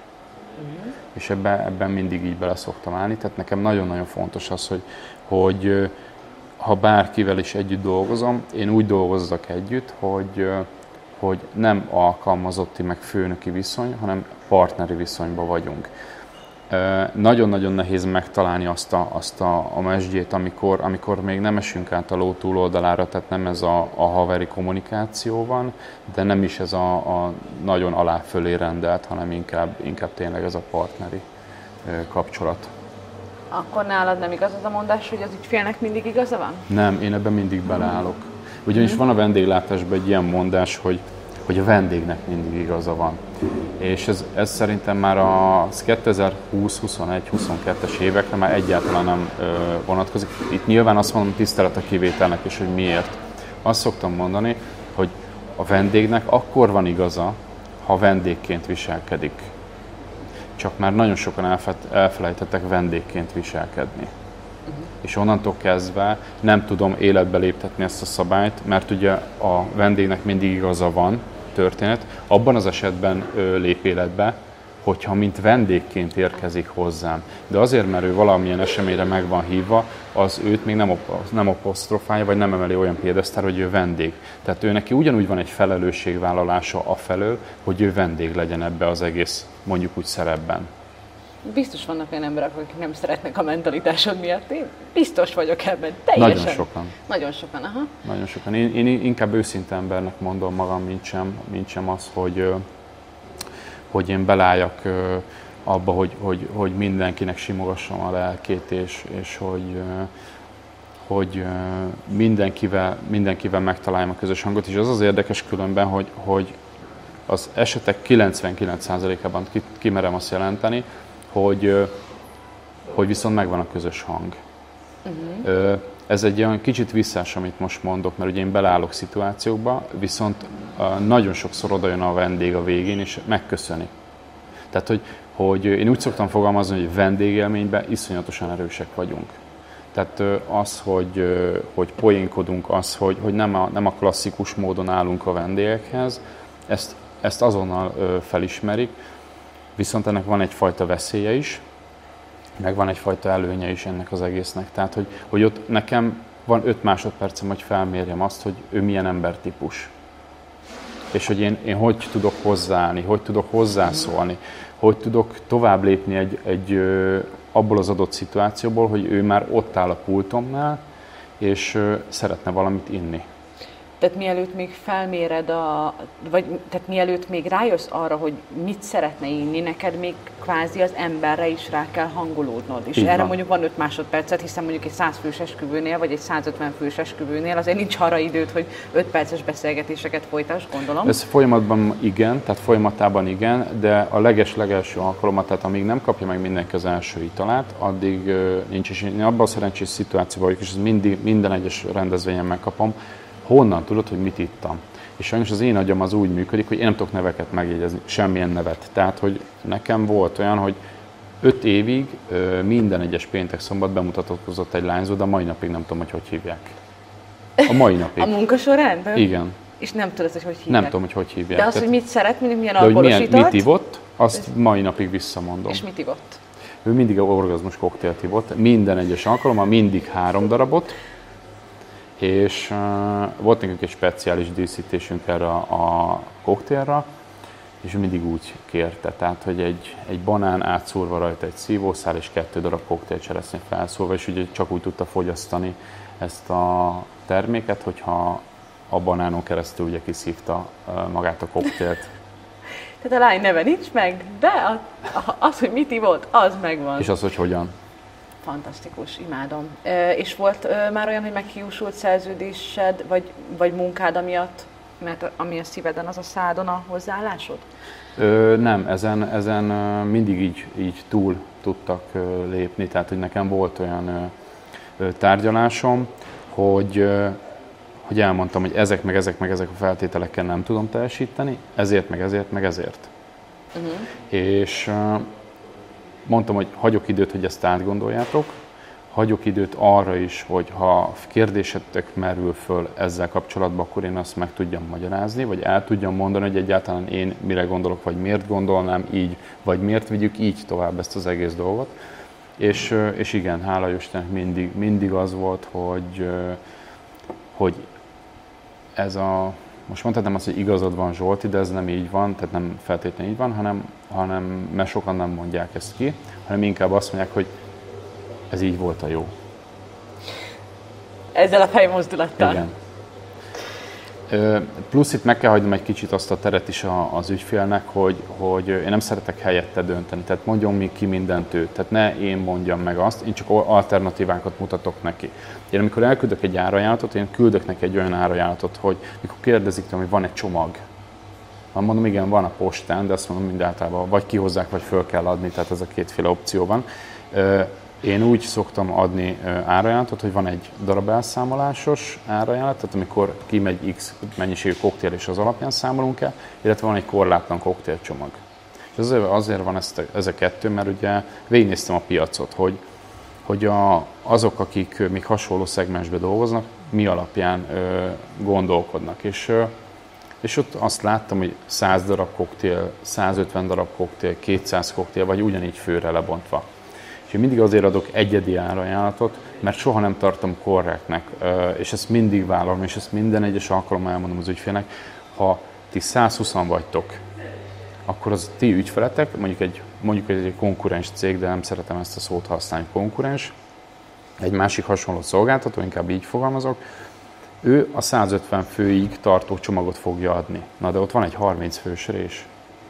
Mm. És ebben, ebben mindig így bele szoktam állni, tehát nekem nagyon-nagyon fontos az, hogy, hogy ha bárkivel is együtt dolgozom, én úgy dolgozzak együtt, hogy, hogy nem alkalmazotti meg főnöki viszony, hanem partneri viszonyban vagyunk. Nagyon-nagyon nehéz megtalálni azt a, azt a, a mesdjét, amikor, amikor még nem esünk át a ló túloldalára, tehát nem ez a, a haveri kommunikáció van, de nem is ez a, a nagyon alá-fölé rendelt, hanem inkább, inkább tényleg ez a partneri kapcsolat. Akkor nálad nem igaz az a mondás, hogy az ügyfélnek mindig igaza van? Nem, én ebben mindig beleállok. Ugyanis mm. van a vendéglátásban egy ilyen mondás, hogy, hogy a vendégnek mindig igaza van. És ez, ez szerintem már a kétezer-húsz, huszonegy, huszonkettes évekre már egyáltalán nem ö, vonatkozik. Itt nyilván azt mondom, tisztelet a kivételnek, és hogy miért. Azt szoktam mondani, hogy a vendégnek akkor van igaza, ha vendégként viselkedik. Csak már nagyon sokan elfelejtettek vendégként viselkedni. Uh-huh. És onnantól kezdve nem tudom életbe léptetni ezt a szabályt, mert ugye a vendégnek mindig igaza van, történet, abban az esetben ö, lép életbe, hogyha mint vendégként érkezik hozzám. De azért, mert ő valamilyen eseményre meg van hívva, az őt még nem, op- nem apostrofálja, vagy nem emeli olyan piedesztára, hogy ő vendég. Tehát ő neki ugyanúgy van egy felelősségvállalása afelől, hogy ő vendég legyen ebbe az egész, mondjuk úgy szerepben. Biztos vannak olyan emberek, akik nem szeretnek a mentalitásod miatt. Én biztos vagyok ebben. Teljesen. Nagyon sokan. Nagyon sokan, aha. Nagyon sokan. Én, én inkább őszinte embernek mondom magam, mint sem, mint sem az, hogy, hogy én belálljak abba, hogy, hogy, hogy mindenkinek simogassam a lelkét, és, és hogy, hogy mindenkivel, mindenkivel megtaláljam a közös hangot. És az az érdekes különben, hogy, hogy az esetek kilencvenkilenc százalékában kimerem azt jelenteni, hogy, hogy viszont megvan a közös hang. Uh-huh. Ez egy olyan kicsit visszás, amit most mondok, mert ugye én beleállok szituációkba, viszont nagyon sokszor odajön a vendég a végén, és megköszöni. Tehát, hogy, hogy én úgy szoktam fogalmazni, hogy vendégélményben iszonyatosan erősek vagyunk. Tehát az, hogy, hogy poénkodunk, az, hogy, hogy nem, a, nem a klasszikus módon állunk a vendégekhez, ezt, ezt azonnal felismerik, viszont ennek van egyfajta veszélye is, meg van egyfajta előnye is ennek az egésznek. Tehát, hogy, hogy ott nekem van öt másodpercem, hogy felmérjem azt, hogy ő milyen embertípus. És hogy én, én hogy tudok hozzáállni, hogy tudok hozzászólni, hogy tudok tovább lépni egy, egy, abból az adott szituációból, hogy ő már ott áll a pultomnál, és szeretne valamit inni. Tehát mielőtt még felméred, a, vagy tehát mielőtt még rájössz arra, hogy mit szeretne inni, neked még kvázi az emberre is rá kell hangolódnod. És így erre van. Mondjuk van öt másodpercet, hiszen mondjuk egy száz fős esküvőnél, vagy egy százötven fős esküvőnél azért nincs arra időt, hogy öt perces beszélgetéseket folytass, gondolom. Ez folyamatban igen, tehát folyamatában igen, de a leges-legelső alkalommal, tehát amíg nem kapja meg mindenki az első italát, addig uh, nincs. És én abban a szerencsés szituációban vagyok, és ez mindig, minden egyes rendezvényen megkapom, honnan tudod, hogy mit ittam. És sajnos az én agyam az úgy működik, hogy én nem tudok neveket megjegyezni, semmilyen nevet. Tehát, hogy nekem volt olyan, hogy öt évig minden egyes péntek szombat bemutatkozott egy lányzó, de a mai napig nem tudom, hogy hogy hívják. A mai napig. A munka során? Igen. És nem tudod, hogy hogy hívják? Nem tudom, hogy hogy hívják. De az, Tehát, hogy mit szeret, milyen alkoholos italt? Mit ivott, azt mai napig visszamondom. És mit ivott? Ő mindig orgazmus koktélt ivott, minden egyes alkalommal, mindig három darabot. És uh, volt nekünk egy speciális díszítésünk erre a, a koktélra, és mindig úgy kérte, tehát, hogy egy, egy banán átszúrva rajta egy szívószál, és kettő darab koktélcseresznye felszúrva, és ugye csak úgy tudta fogyasztani ezt a terméket, hogyha a banánon keresztül ugye kiszívta uh, magát a koktélt. Tehát a lány neve nincs meg, de az, hogy mit ivott, az megvan. És az, hogy hogyan. Fantasztikus, imádom. És volt már olyan, hogy meghiúsult szerződésed, vagy, vagy munkád amiatt, mert ami a szíveden, az a szádon a hozzáállásod? Ö, nem, ezen, ezen mindig így, így túl tudtak lépni, tehát hogy nekem volt olyan tárgyalásom, hogy, hogy elmondtam, hogy ezek meg ezek meg ezek a feltételekkel nem tudom teljesíteni, ezért meg ezért meg ezért. Uh-huh. És mondtam, hogy hagyok időt, hogy ezt átgondoljátok, hagyok időt arra is, hogy ha kérdésetek merül föl ezzel kapcsolatban, akkor én azt meg tudjam magyarázni, vagy el tudjam mondani, hogy egyáltalán én mire gondolok, vagy miért gondolnám így, vagy miért vigyük így tovább ezt az egész dolgot. És, és igen, hála Istennek mindig, mindig az volt, hogy, hogy ez a, most mondhatnám azt, hogy igazad van, Zsolti, de ez nem így van, tehát nem feltétlenül így van, hanem, hanem mert sokan nem mondják ezt ki, hanem inkább azt mondják, hogy ez így volt a jó. Ezzel a fejmozdulattal. Igen. Plusz itt meg kell hagynom egy kicsit azt a teret is az ügyfélnek, hogy, hogy én nem szeretek helyette dönteni, tehát mondjon mi ki mindent ő, tehát ne én mondjam meg azt, én csak alternatívákat mutatok neki. Én amikor elküldök egy árajánlatot, én küldök neki egy olyan árajánlatot, hogy mikor kérdezik tőlem, hogy van egy csomag. Mondom, igen, van a postán, de azt mondom, mindáltalában vagy kihozzák, vagy föl kell adni, tehát ez a kétféle opció van. Én úgy szoktam adni árajánlatot, hogy van egy darab elszámolásos árajánlat, tehát amikor kimegy X mennyiségű koktél és az alapján számolunk el, illetve van egy korlátlan koktélcsomag. És azért, azért van ezt, ez a kettő, mert ugye végignéztem a piacot, hogy, hogy a, azok, akik még hasonló szegmensben dolgoznak, mi alapján ö, gondolkodnak. És, ö, és ott azt láttam, hogy száz darab koktél, százötven darab koktél, kétszáz koktél, vagy ugyanígy főre lebontva. És én mindig azért adok egyedi árajánlatot, mert soha nem tartom korrektnek, és ezt mindig vállalom, és ezt minden egyes alkalommal elmondom az ügyfélnek, ha ti százhúszan vagytok, akkor az ti ügyfeletek, mondjuk egy, mondjuk egy konkurens cég, de nem szeretem ezt a szót használni, konkurens, egy másik hasonló szolgáltató, inkább így fogalmazok, ő a százötven főig tartó csomagot fogja adni. Na de ott van egy harminc fős rés.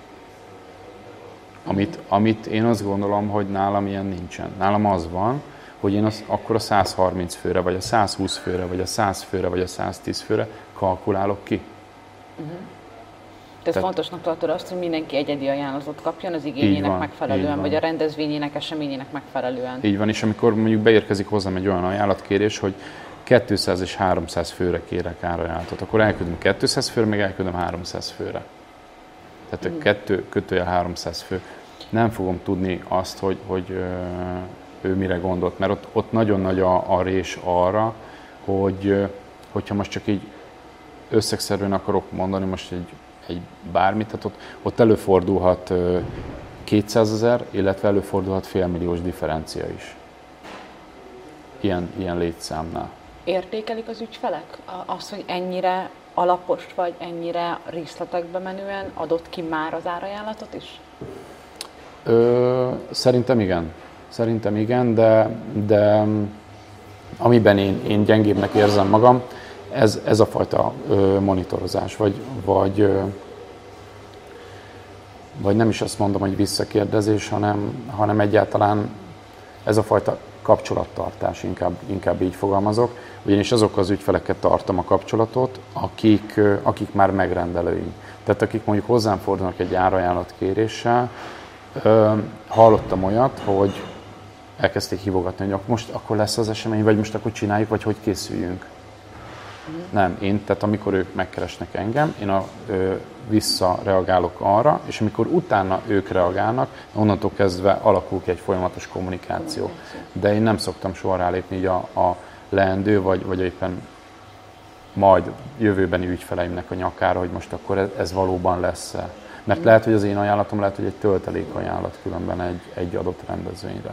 Amit, amit én azt gondolom, hogy nálam ilyen nincsen. Nálam az van, hogy én az, akkor a száz harminc főre, vagy a száz húsz főre, vagy a száz főre, vagy a száz tíz főre kalkulálok ki. Uh-huh. Tehát, Tehát fontosnak tartod azt, hogy mindenki egyedi ajánlatot kapjon az igényének van, megfelelően, vagy a rendezvényének, eseményének megfelelően. Így van, és amikor mondjuk beérkezik hozzám egy olyan ajánlatkérés, hogy kétszáz és háromszáz főre kérek árajánlatot, akkor elküldöm kétszáz főre, meg elküldöm háromszáz főre. Tehát a kettő kötőjel háromszáz fő. Nem fogom tudni azt, hogy, hogy ő mire gondolt, mert ott, ott nagyon nagy a, a rés arra, hogy hogyha most csak így összegszerűen akarok mondani most egy, egy bármit, tehát ott, ott előfordulhat kétszázezer, illetve előfordulhat félmilliós differencia is. Ilyen, ilyen létszámnál. Értékelik az ügyfelek azt, hogy ennyire alapos vagy, ennyire részletekbe menően adott ki már az árajánlatot is? Ö, szerintem igen. Szerintem igen, de, de amiben én, én gyengébbnek érzem magam, ez, ez a fajta ö, monitorozás, vagy, vagy, ö, vagy nem is azt mondom, hogy visszakérdezés, hanem, hanem egyáltalán ez a fajta kapcsolattartás, inkább, inkább így fogalmazok, ugyanis azok az ügyfeleket tartom a kapcsolatot, akik, akik már megrendelőim. Tehát akik mondjuk hozzám fordulnak egy árajánlatkéréssel, hallottam olyat, hogy elkezdték hívogatni, hogy most akkor lesz az esemény, vagy most akkor csináljuk, vagy hogy készüljünk. Nem, én, tehát amikor ők megkeresnek engem, én a, ö, visszareagálok arra, és amikor utána ők reagálnak, onnantól kezdve alakul ki egy folyamatos kommunikáció. De én nem szoktam soha rálépni így a, a leendő, vagy, vagy éppen majd jövőbeni ügyfeleimnek a nyakára, hogy most akkor ez, ez valóban lesz-e. Mert lehet, hogy az én ajánlatom lehet, hogy egy töltelék ajánlat különben egy, egy adott rendezvényre.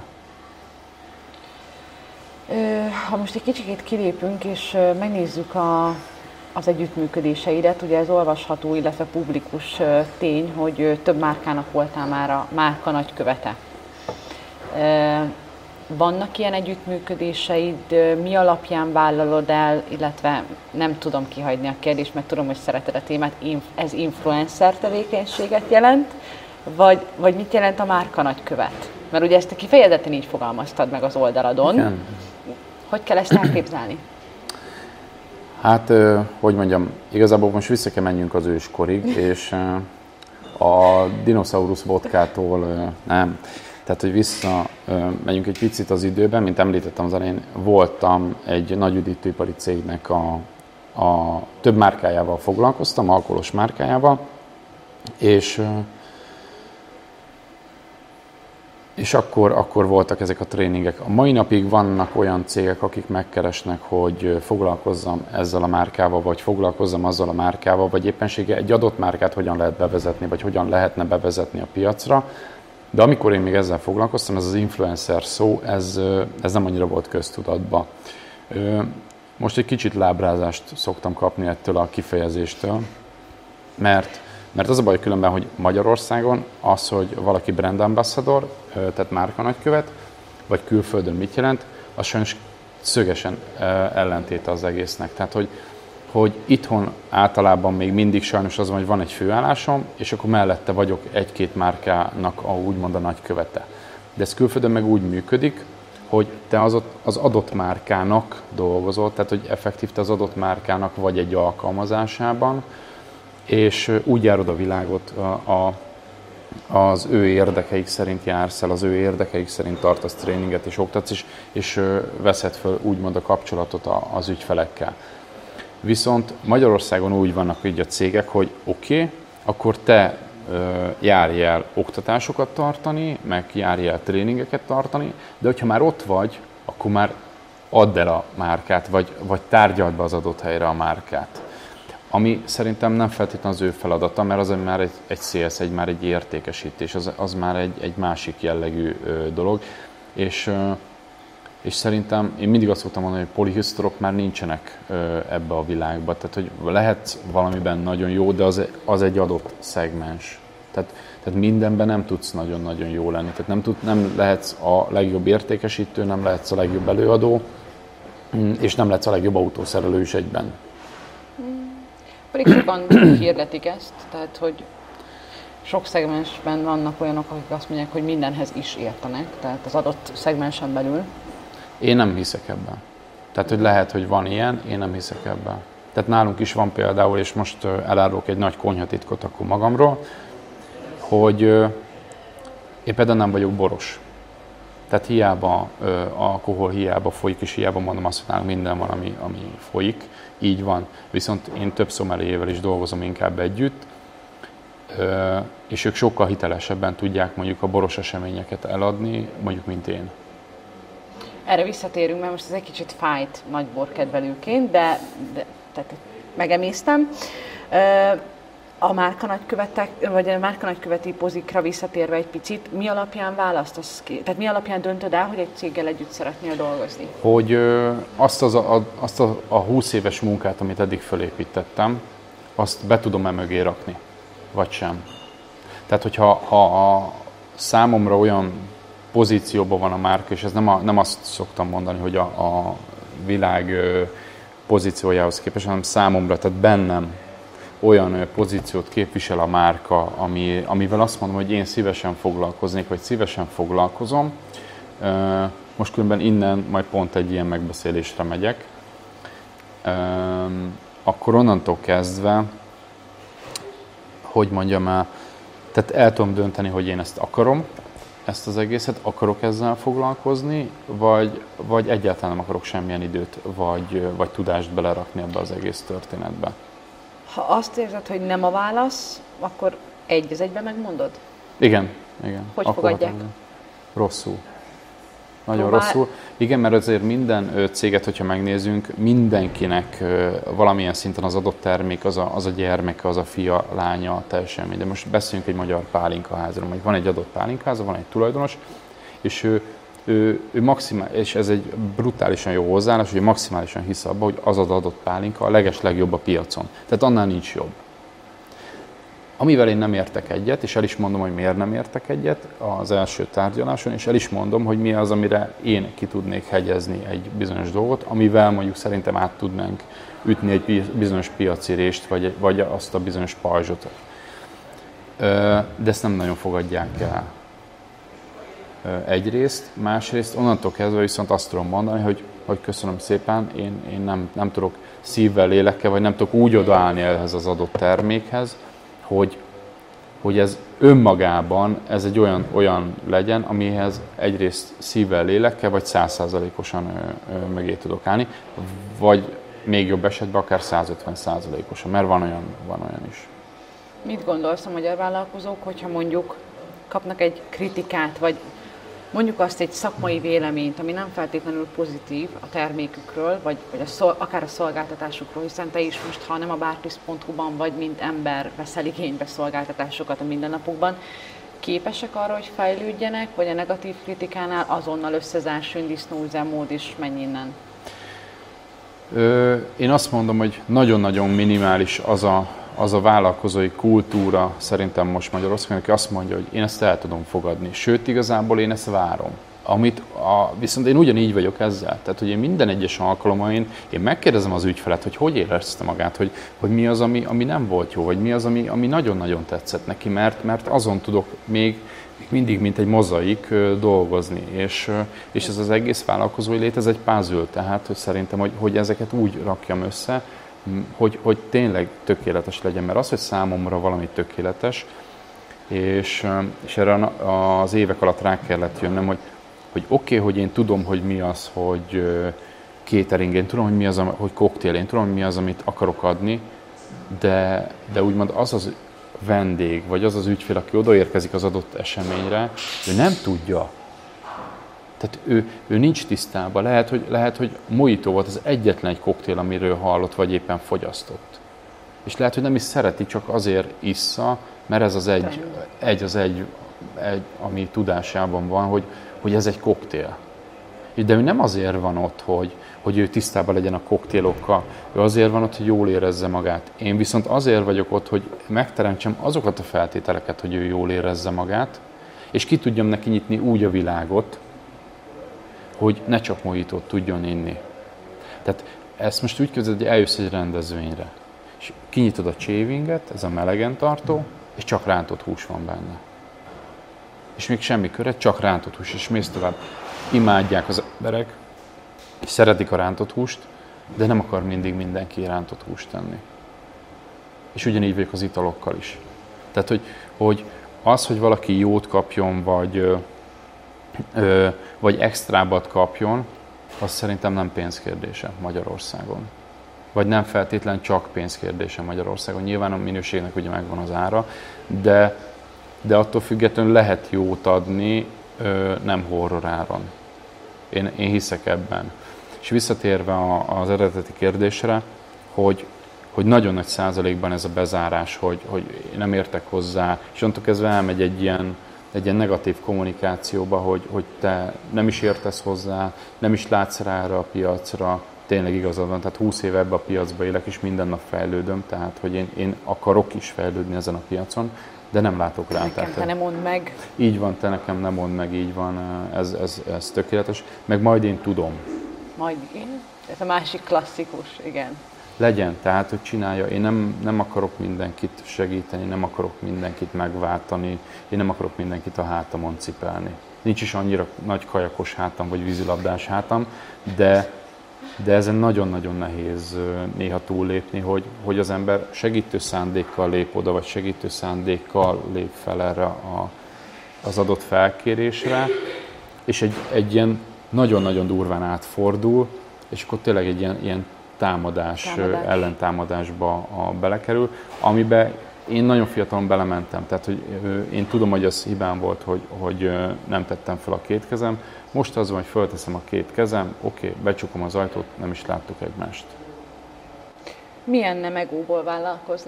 Ha most egy kicsit kilépünk, és megnézzük a, az együttműködéseidet, ugye ez olvasható, illetve publikus tény, hogy több márkának voltál már a márka nagykövete. vannak ilyen együttműködéseid, mi alapján vállalod el, illetve nem tudom kihagyni a kérdést, mert tudom, hogy szereted a témát, ez influencer tevékenységet jelent, vagy, vagy mit jelent a márka nagykövet? Mert ugye ezt te kifejezetten így fogalmaztad meg az oldaladon. Igen. Hogy kell ezt elképzelni? Hát, hogy mondjam, igazából most vissza kell menjünk az őskorig, és a dinoszaurusz vodkától nem. Tehát, hogy vissza megyünk egy picit az időben, mint említettem az elején, voltam egy nagy üdítőipari cégnek a, a több márkájával foglalkoztam, alkoholos márkájával, és, és akkor, akkor voltak ezek a tréningek. A mai napig vannak olyan cégek, akik megkeresnek, hogy foglalkozzam ezzel a márkával, vagy foglalkozzam azzal a márkával, vagy éppenséggel egy adott márkát hogyan lehet bevezetni, vagy hogyan lehetne bevezetni a piacra. De amikor én még ezzel foglalkoztam, ez az influencer szó, ez, ez nem annyira volt köztudatban. Most egy kicsit lábrázást szoktam kapni ettől a kifejezéstől, mert, mert az a baj különben, hogy Magyarországon az, hogy valaki brand ambassador, tehát márka nagykövet, vagy külföldön mit jelent, az sajnos szögesen ellentéte az egésznek. Tehát, hogy hogy itthon általában még mindig sajnos az van, hogy van egy főállásom, és akkor mellette vagyok egy-két márkának a, úgymond a nagykövete. De ez külföldön meg úgy működik, hogy te az, az adott márkának dolgozol, tehát hogy effektív te az adott márkának vagy egy alkalmazásában, és úgy járod a világot, a, a, az ő érdekeik szerint jársz el, az ő érdekeik szerint tartasz tréninget és oktatsz, és, és veszed föl úgymond a kapcsolatot az ügyfelekkel. Viszont Magyarországon úgy vannak így a cégek, hogy oké, okay, akkor te ö, járj el oktatásokat tartani, meg járj el tréningeket tartani, de hogyha már ott vagy, akkor már add el a márkát, vagy, vagy tárgyald be az adott helyre a márkát. Ami szerintem nem feltétlenül az ő feladata, mert az már egy, egy szélsz, egy, már egy értékesítés, az, az már egy, egy másik jellegű ö, dolog. És, ö, És szerintem én mindig azt szoktam mondani, hogy polihisztorok már nincsenek ö, ebbe a világba. Tehát, hogy lehet valamiben nagyon jó, de az, az egy adott szegmens. Tehát, tehát mindenben nem tudsz nagyon-nagyon jó lenni. Tehát nem, tud, nem lehetsz a legjobb értékesítő, nem lehetsz a legjobb előadó, és nem lehetsz a legjobb autószerelő is egyben. Pedig sokan hirdetik ezt, tehát, hogy sok szegmensben vannak olyanok, akik azt mondják, hogy mindenhez is értenek, tehát az adott szegmensen belül. Én nem hiszek ebben. Tehát, hogy lehet, hogy van ilyen, én nem hiszek ebben. Tehát nálunk is van például, és most elárulok egy nagy konyhatitkot akkor magamról, hogy én például nem vagyok boros. Tehát hiába alkohol, hiába folyik, és hiába mondom azt, hogy nálunk minden van, ami, ami folyik. Így van. Viszont én több szomeliével is dolgozom inkább együtt, és ők sokkal hitelesebben tudják mondjuk a boros eseményeket eladni, mondjuk, mint én. Erre visszatérünk, mert most ez egy kicsit fájt nagy borkedvelőként, de, de tehát megemésztem. A márkanagykövetek, vagy a márkanagyköveti pozikra visszatérve egy picit, mi alapján választasz ki? Tehát mi alapján döntöd el, hogy egy céggel együtt szeretnél dolgozni? Hogy ö, azt, az a, azt a, a húsz éves munkát, amit eddig fölépítettem, azt be tudom-e mögé rakni, vagy sem. Tehát, hogyha ha a számomra olyan pozícióban van a márka, és ez nem, a, nem azt szoktam mondani, hogy a, a világ pozíciójához képest, hanem számomra, tehát bennem olyan pozíciót képvisel a márka, ami, amivel azt mondom, hogy én szívesen foglalkoznék, vagy szívesen foglalkozom. Most különben innen majd pont egy ilyen megbeszélésre megyek. Akkor onnantól kezdve, hogy mondjam el, tehát el tudom dönteni, hogy én ezt akarom, ezt az egészet, akarok ezzel foglalkozni, vagy, vagy egyáltalán nem akarok semmilyen időt, vagy, vagy tudást belerakni ebbe az egész történetbe. Ha azt érzed, hogy nem a válasz, akkor egy az egyben megmondod? Igen, igen. Hogy akkor fogadják? Rosszul. Nagyon Próbál... rosszul. Igen, mert azért minden céget, hogyha megnézünk, mindenkinek valamilyen szinten az adott termék, az a, az a gyermeke, az a fia, lánya, teljesen mindegy. Most beszéljünk egy magyar pálinkaházról, hogy van egy adott pálinkaház, van egy tulajdonos, és ő, ő, ő maximál, és ez egy brutálisan jó hozzáállás, hogy maximálisan hisz abba, hogy az az adott pálinka a leges legjobb a piacon. Tehát annál nincs jobb. amivel én nem értek egyet, és el is mondom, hogy miért nem értek egyet az első tárgyaláson, és el is mondom, hogy mi az, amire én ki tudnék hegyezni egy bizonyos dolgot, amivel mondjuk szerintem át tudnánk ütni egy bizonyos piaci rést, vagy, vagy azt a bizonyos pajzsot. De ezt nem nagyon fogadják el. Egyrészt, másrészt onnantól kezdve viszont azt tudom mondani, hogy, hogy köszönöm szépen, én, én nem, nem tudok szívvel, lélekkel, vagy nem tudok úgy odaállni ehhez az adott termékhez, hogy, hogy ez önmagában ez egy olyan, olyan legyen, amihez egyrészt szívvel, lélekkel, vagy száz százalékosan mögé tudok állni, vagy még jobb esetben akár százötven százalékosan, mert van olyan, van olyan is. Mit gondolsz a magyar vállalkozók, hogyha mondjuk kapnak egy kritikát, vagy mondjuk azt egy szakmai véleményt, ami nem feltétlenül pozitív a termékükről, vagy, vagy a szol, akár a szolgáltatásukról, hiszen te is most, ha nem a bártiszt pont hu-ban vagy, mint ember veszel igénybe szolgáltatásokat a mindennapokban, képesek arra, hogy fejlődjenek, vagy a negatív kritikánál azonnal összezásön, disznó, üzemmód is menj innen? Ö, én azt mondom, hogy nagyon-nagyon minimális az a, az a vállalkozói kultúra szerintem most Magyarországon, aki azt mondja, hogy én ezt el tudom fogadni. Sőt, igazából én ezt várom. Amit a, viszont én ugyanígy vagyok ezzel. Tehát, hogy én minden egyes alkalommal én, én megkérdezem az ügyfelet, hogy hogy érezte magát, hogy, hogy mi az, ami, ami nem volt jó, vagy mi az, ami, ami nagyon-nagyon tetszett neki, mert, mert azon tudok még, még mindig, mint egy mozaik dolgozni. És, és ez az egész vállalkozói lét, ez egy puzzle, tehát, hogy szerintem, hogy, hogy ezeket úgy rakjam össze, hogy, hogy tényleg tökéletes legyen, mert az, hogy számomra valami tökéletes, és, és erre az évek alatt rá kellett jönnöm, hogy, hogy oké, okay, hogy én tudom, hogy mi az, hogy catering, én tudom, hogy mi az, hogy koktél, én tudom, hogy mi az, amit akarok adni, de, de úgymond az az vendég, vagy az az ügyfél, aki odaérkezik az adott eseményre, ő nem tudja. Tehát ő, ő nincs tisztában. Lehet, hogy, lehet, hogy mojito volt az egyetlen egy koktél, amiről hallott, vagy éppen fogyasztott. És lehet, hogy nem is szereti, csak azért issza, mert ez az egy, egy az egy, egy, ami tudásában van, hogy, hogy ez egy koktél. De ő nem azért van ott, hogy, hogy ő tisztában legyen a koktélokkal, ő azért van ott, hogy jól érezze magát. Én viszont azért vagyok ott, hogy megteremtsem azokat a feltételeket, hogy ő jól érezze magát, és ki tudjam neki nyitni úgy a világot, hogy ne csak mojitót tudjon inni. Tehát ezt most úgy képzeld, hogy eljössz egy rendezvényre, és kinyitod a csévinget, ez a melegen tartó, és csak rántott hús van benne. És még semmi köret, csak rántott hús, és mész tovább. Imádják az emberek, és szeretik a rántott húst, de nem akar mindig mindenki rántott húst tenni. És ugyanígy vagyok az italokkal is. Tehát, hogy, hogy az, hogy valaki jót kapjon, vagy, ö, vagy extrábat kapjon, az szerintem nem pénzkérdése Magyarországon. Vagy nem feltétlen csak pénzkérdése Magyarországon. Nyilván a minőségnek ugye megvan az ára, de, de attól függetlenül lehet jót adni, ö, nem horror áron. Én, én hiszek ebben. És visszatérve az eredeti kérdésre, hogy, hogy nagyon nagy százalékban ez a bezárás, hogy, hogy én nem értek hozzá, és onnantól kezdve elmegy egy ilyen, egy ilyen negatív kommunikációba, hogy, hogy te nem is értesz hozzá, nem is látsz rá erre a piacra, tényleg igazad van, tehát húsz éve ebbe a piacba élek, és minden nap fejlődöm, tehát hogy én, én akarok is fejlődni ezen a piacon, de nem látok rá. Nekem tehát, te nem mondd meg. Így van, te nekem nem mondd meg, így van, ez, ez, ez tökéletes, meg majd én tudom. Majd én? Ez a másik klasszikus, igen. Legyen, tehát, hogy csinálja. Én nem, nem akarok mindenkit segíteni, nem akarok mindenkit megváltani, én nem akarok mindenkit a hátamon cipelni. Nincs is annyira nagy kajakos hátam, vagy vízilabdás hátam, de, de ezen nagyon-nagyon nehéz néha túllépni, hogy, hogy az ember segítő szándékkal lép oda, vagy segítő szándékkal lép fel erre a, az adott felkérésre, és egy, egy ilyen nagyon-nagyon durván átfordul, és akkor tényleg egy ilyen, ilyen támadás, támadás, ellentámadásba a, belekerül, amiben én nagyon fiatalon belementem, tehát hogy én tudom, hogy az hibám volt, hogy, hogy nem tettem fel a két kezem. Most az van, hogy fölteszem a két kezem, oké, okay, becsukom az ajtót, nem is láttuk egymást. Milyen nem egóból vállalkozni?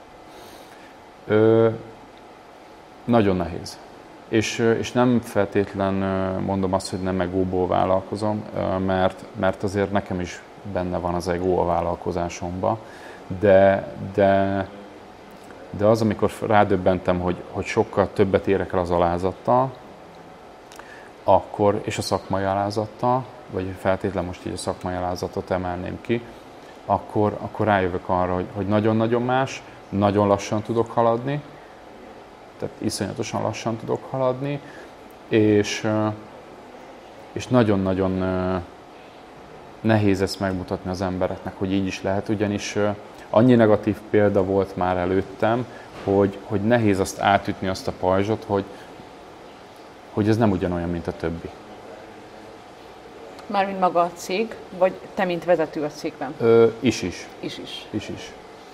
Ö, nagyon nehéz. És, és nem feltétlen mondom azt, hogy nem egóból vállalkozom, mert, mert azért nekem is benne van az egó a vállalkozásomban, de, de de az, amikor rádöbbentem, hogy, hogy sokkal többet érek el az alázattal, akkor, és a szakmai alázattal, vagy feltétlenül most így a szakmai alázatot emelném ki, akkor, akkor rájövök arra, hogy, hogy nagyon-nagyon más, nagyon lassan tudok haladni, tehát iszonyatosan lassan tudok haladni, és, és nagyon-nagyon nehéz ezt megmutatni az embereknek, hogy így is lehet, ugyanis annyi negatív példa volt már előttem, hogy, hogy nehéz azt átütni, azt a pajzsot, hogy, hogy ez nem ugyanolyan, mint a többi. Mármint maga a cég, vagy te, mint vezető a cégben? Ö, is is. Is is. Is is.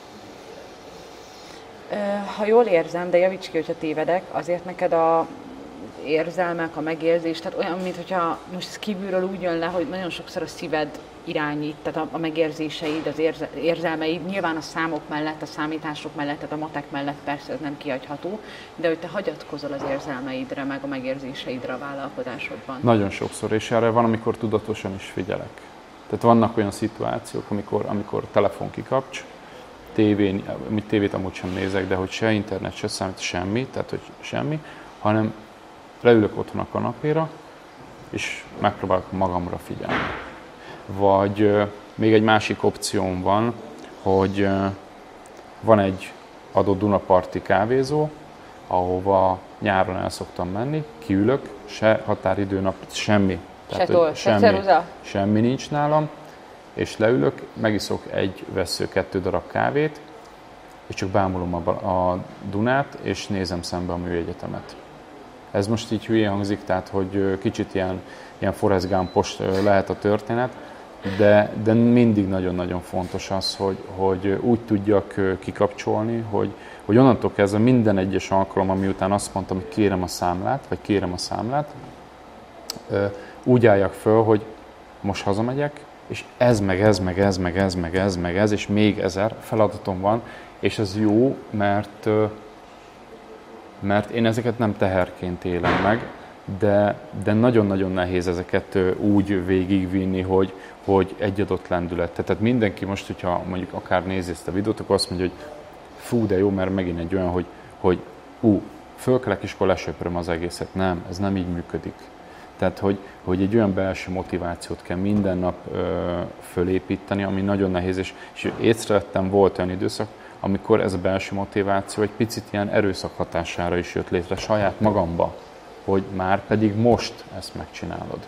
Ö, ha jól érzem, de javíts ki, hogyha tévedek, azért neked a érzelmek, a megérzés, tehát olyan, mintha most ez kívülről úgy jön le, hogy nagyon sokszor a szíved irányít, tehát a, a megérzéseid, az érze, érzelmeid, nyilván a számok mellett, a számítások mellett, tehát a matek mellett persze ez nem kihagyható, de hogy te hagyatkozol az érzelmeidre, meg a megérzéseidre a vállalkozásodban. Nagyon sokszor, és erre van, amikor tudatosan is figyelek. Tehát vannak olyan szituációk, amikor, amikor telefon kikapcs, tévén, tévét amúgy sem nézek, de hogy se internet, se számít, semmi, tehát hogy semmi, hanem leülök otthon a kanapéra, és megpróbálok magamra figyelni. Vagy euh, még egy másik opcióm van, hogy euh, van egy adott Dunaparti kávézó, ahova nyáron el szoktam menni, kiülök, se határidő nap, semmi. Se tol, se ceruza? Semmi nincs nálam, és leülök, megiszok egy vesző, kettő darab kávét, és csak bámulom a, a Dunát, és nézem szembe a műegyetemet. Ez most így hülyén hangzik, tehát hogy kicsit ilyen, ilyen Forrest Gumpos lehet a történet, de, de mindig nagyon-nagyon fontos az, hogy, hogy úgy tudjak kikapcsolni, hogy, hogy onnantól kezdve minden egyes alkalom, miután azt mondtam, hogy kérem a számlát, vagy kérem a számlát, úgy álljak föl, hogy most hazamegyek, és ez, meg ez, meg ez, meg ez, meg ez, meg ez, és még ezer feladatom van, és ez jó, mert mert én ezeket nem teherként élem meg, de, de nagyon-nagyon nehéz ezeket úgy végigvinni, hogy, hogy egy adott lendület. Tehát mindenki most, hogyha mondjuk akár nézi ezt a videót, akkor azt mondja, hogy fú, de jó, mert megint egy olyan, hogy, hogy ú, fölkelek és akkor lesöpröm az egészet. Nem, ez nem így működik. Tehát, hogy, hogy egy olyan belső motivációt kell minden nap ö, fölépíteni, ami nagyon nehéz, és, és észrevettem, volt olyan időszak, amikor ez a belső motiváció egy picit ilyen erőszak hatására is jött létre saját magamba, hogy már pedig most ezt megcsinálod.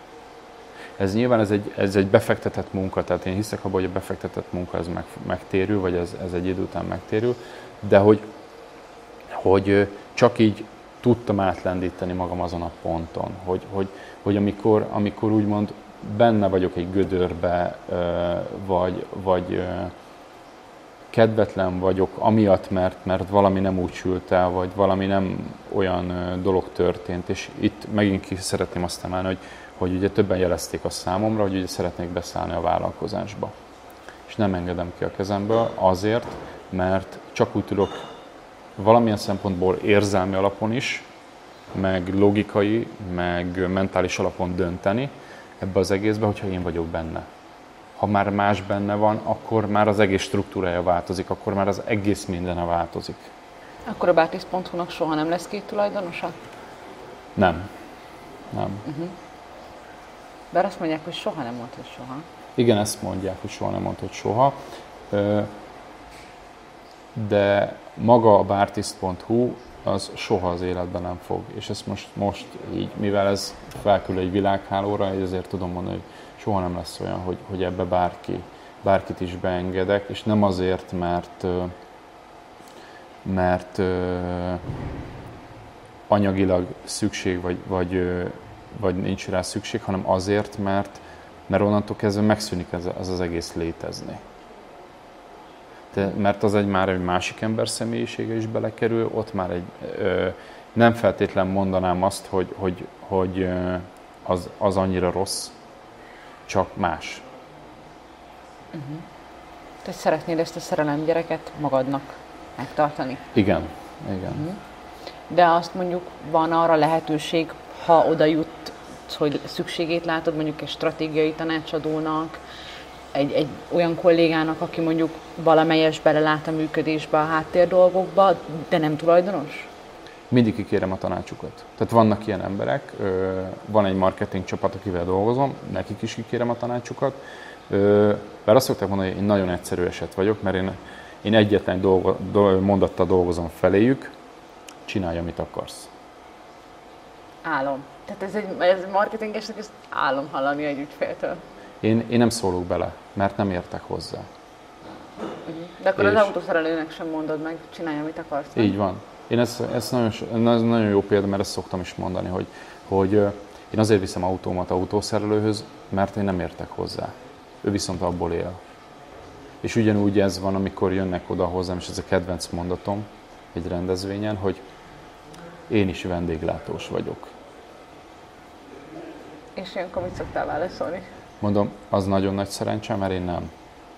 Ez nyilván ez egy, ez egy befektetett munka, tehát én hiszek abban, hogy a befektetett munka ez meg, megtérül, vagy ez, ez egy idő után megtérül, de hogy, hogy csak így tudtam átlendíteni magam azon a ponton, hogy, hogy, hogy amikor, amikor úgymond benne vagyok egy gödörbe, vagy, vagy kedvetlen vagyok amiatt, mert, mert valami nem úgy sült el, vagy valami nem olyan dolog történt, és itt megint ki szeretném azt emelni, hogy, hogy ugye többen jelezték a számomra, hogy ugye szeretnék beszállni a vállalkozásba. És nem engedem ki a kezemből azért, mert csak úgy tudok valamilyen szempontból érzelmi alapon is, meg logikai, meg mentális alapon dönteni ebbe az egészbe, hogyha én vagyok benne. Ha már más benne van, akkor már az egész struktúrája változik, akkor már az egész mindene változik. Akkor a Bártiszt pont hu-nak soha nem lesz két tulajdonosa? Nem. Nem. Uh-huh. Bár azt mondják, hogy soha nem mondta, hogy soha. Igen, ezt mondják, hogy soha nem mondta, hogy soha. De maga a Bártiszt pont hu az soha az életben nem fog. És ezt most, most így, mivel ez felkül egy világhálóra, ezért tudom mondani, hogy soha nem lesz olyan, hogy, hogy ebbe bárki, bárkit is beengedek, és nem azért, mert, mert anyagilag szükség, vagy, vagy, vagy nincs rá szükség, hanem azért, mert, mert onnantól kezdve megszűnik ez, ez az egész létezni. De, mert az egy már egy másik ember személyisége is belekerül, ott már egy, ö, nem feltétlen mondanám azt, hogy, hogy, hogy az, az annyira rossz, csak más. Uh-huh. Te szeretnéd ezt a szerelem gyereket magadnak megtartani? Igen, igen. Uh-huh. De azt mondjuk van arra lehetőség, ha oda jut, hogy szükségét látod mondjuk egy stratégiai tanácsadónak, egy, egy olyan kollégának, aki mondjuk valamelyes belelát a működésbe, a háttér dolgokba, de nem tulajdonos? Mindig kikérem a tanácsukat. Tehát vannak ilyen emberek, van egy marketing csapat, akivel dolgozom, nekik is kikérem a tanácsukat. Bár azt szokták mondani, hogy én nagyon egyszerű eset vagyok, mert én, én egyetlen dolgo, mondattal dolgozom feléjük, csinálj, amit akarsz. Álom. Tehát ez egy ez marketingesnek, ez álom hallani egy ügyféltől. Én, én nem szólok bele, mert nem értek hozzá. De akkor és az autószerelőnek sem mondod meg, csinálj, amit akarsz. Nem? Így van. Én ez, ez, nagyon, ez nagyon jó példa, mert ezt szoktam is mondani, hogy, hogy én azért viszem autómat autószerelőhöz, mert én nem értek hozzá. Ő viszont abból él. És ugyanúgy ez van, amikor jönnek oda hozzám, és ez a kedvenc mondatom egy rendezvényen, hogy én is vendéglátós vagyok. És ilyenkor mit szoktál válaszolni? Mondom, az nagyon nagy szerencsém, mert én nem.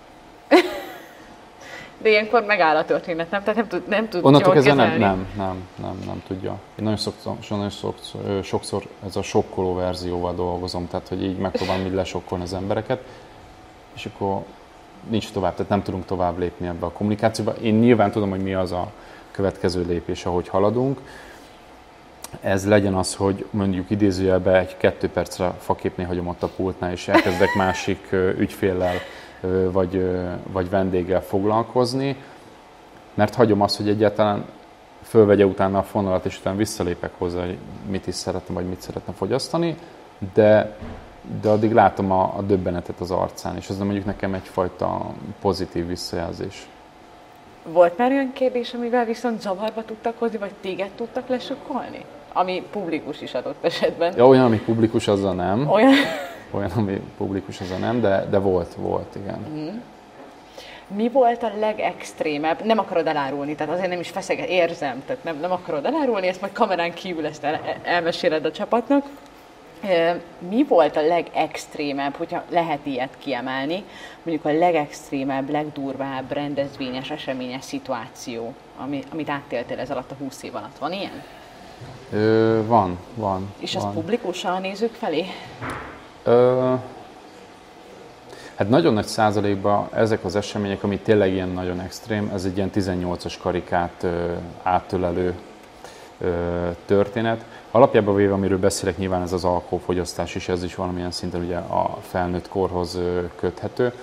De ilyenkor megáll a történet, nem? Tehát nem tud, nem tud Onnantól kezdve nem, nem, nem, nem, nem tudja. Én nagyon sokszor, nagyon sokszor, sokszor ez a sokkoló verzióval dolgozom, tehát hogy így megpróbálom így lesokkolni az embereket, és akkor nincs tovább, tehát nem tudunk tovább lépni ebbe a kommunikációba. Én nyilván tudom, hogy mi az a következő lépés, ahogy haladunk. Ez legyen az, hogy mondjuk idézőjelbe egy kettő percre faképnél hagyom ott a pultnál, és elkezdek másik ügyféllel vagy, vagy vendéggel foglalkozni, mert hagyom azt, hogy egyáltalán fölvegye utána a fonalat, és utána visszalépek hozzá, hogy mit is szeretem, vagy mit szeretem fogyasztani, de, de addig látom a, a döbbenetet az arcán, és ez mondjuk nekem egyfajta pozitív visszajelzés. Volt már olyan kérdés, amivel viszont zavarba tudtak hozni, vagy téged tudtak lesokkolni? Ami publikus is adott esetben. Ja, olyan, ami publikus, azzal nem. Olyan, olyan ami publikus, azzal nem, de, de volt, volt, igen. Mm. Mi volt a legextrémebb? Nem akarod elárulni, tehát azért nem is feszeget, érzem, tehát nem, nem akarod elárulni, ezt majd kamerán kívül ezt el, elmeséled a csapatnak. Mi volt a legextrémebb, hogyha lehet ilyet kiemelni, mondjuk a legextrémebb, legdurvább rendezvényes, eseményes szituáció, ami, amit átéltél ez alatt a húsz év alatt? Van ilyen? Ö, van, van. És van. az publikusan a nézők felé? Ö, hát nagyon nagy százalékban ezek az események, ami tényleg ilyen nagyon extrém, ez egy ilyen tizennyolcas karikát ö, átölelő ö, történet. Alapjában véve, amiről beszélek, nyilván ez az alkoholfogyasztás is, ez is valamilyen szinten ugye a felnőtt korhoz köthető.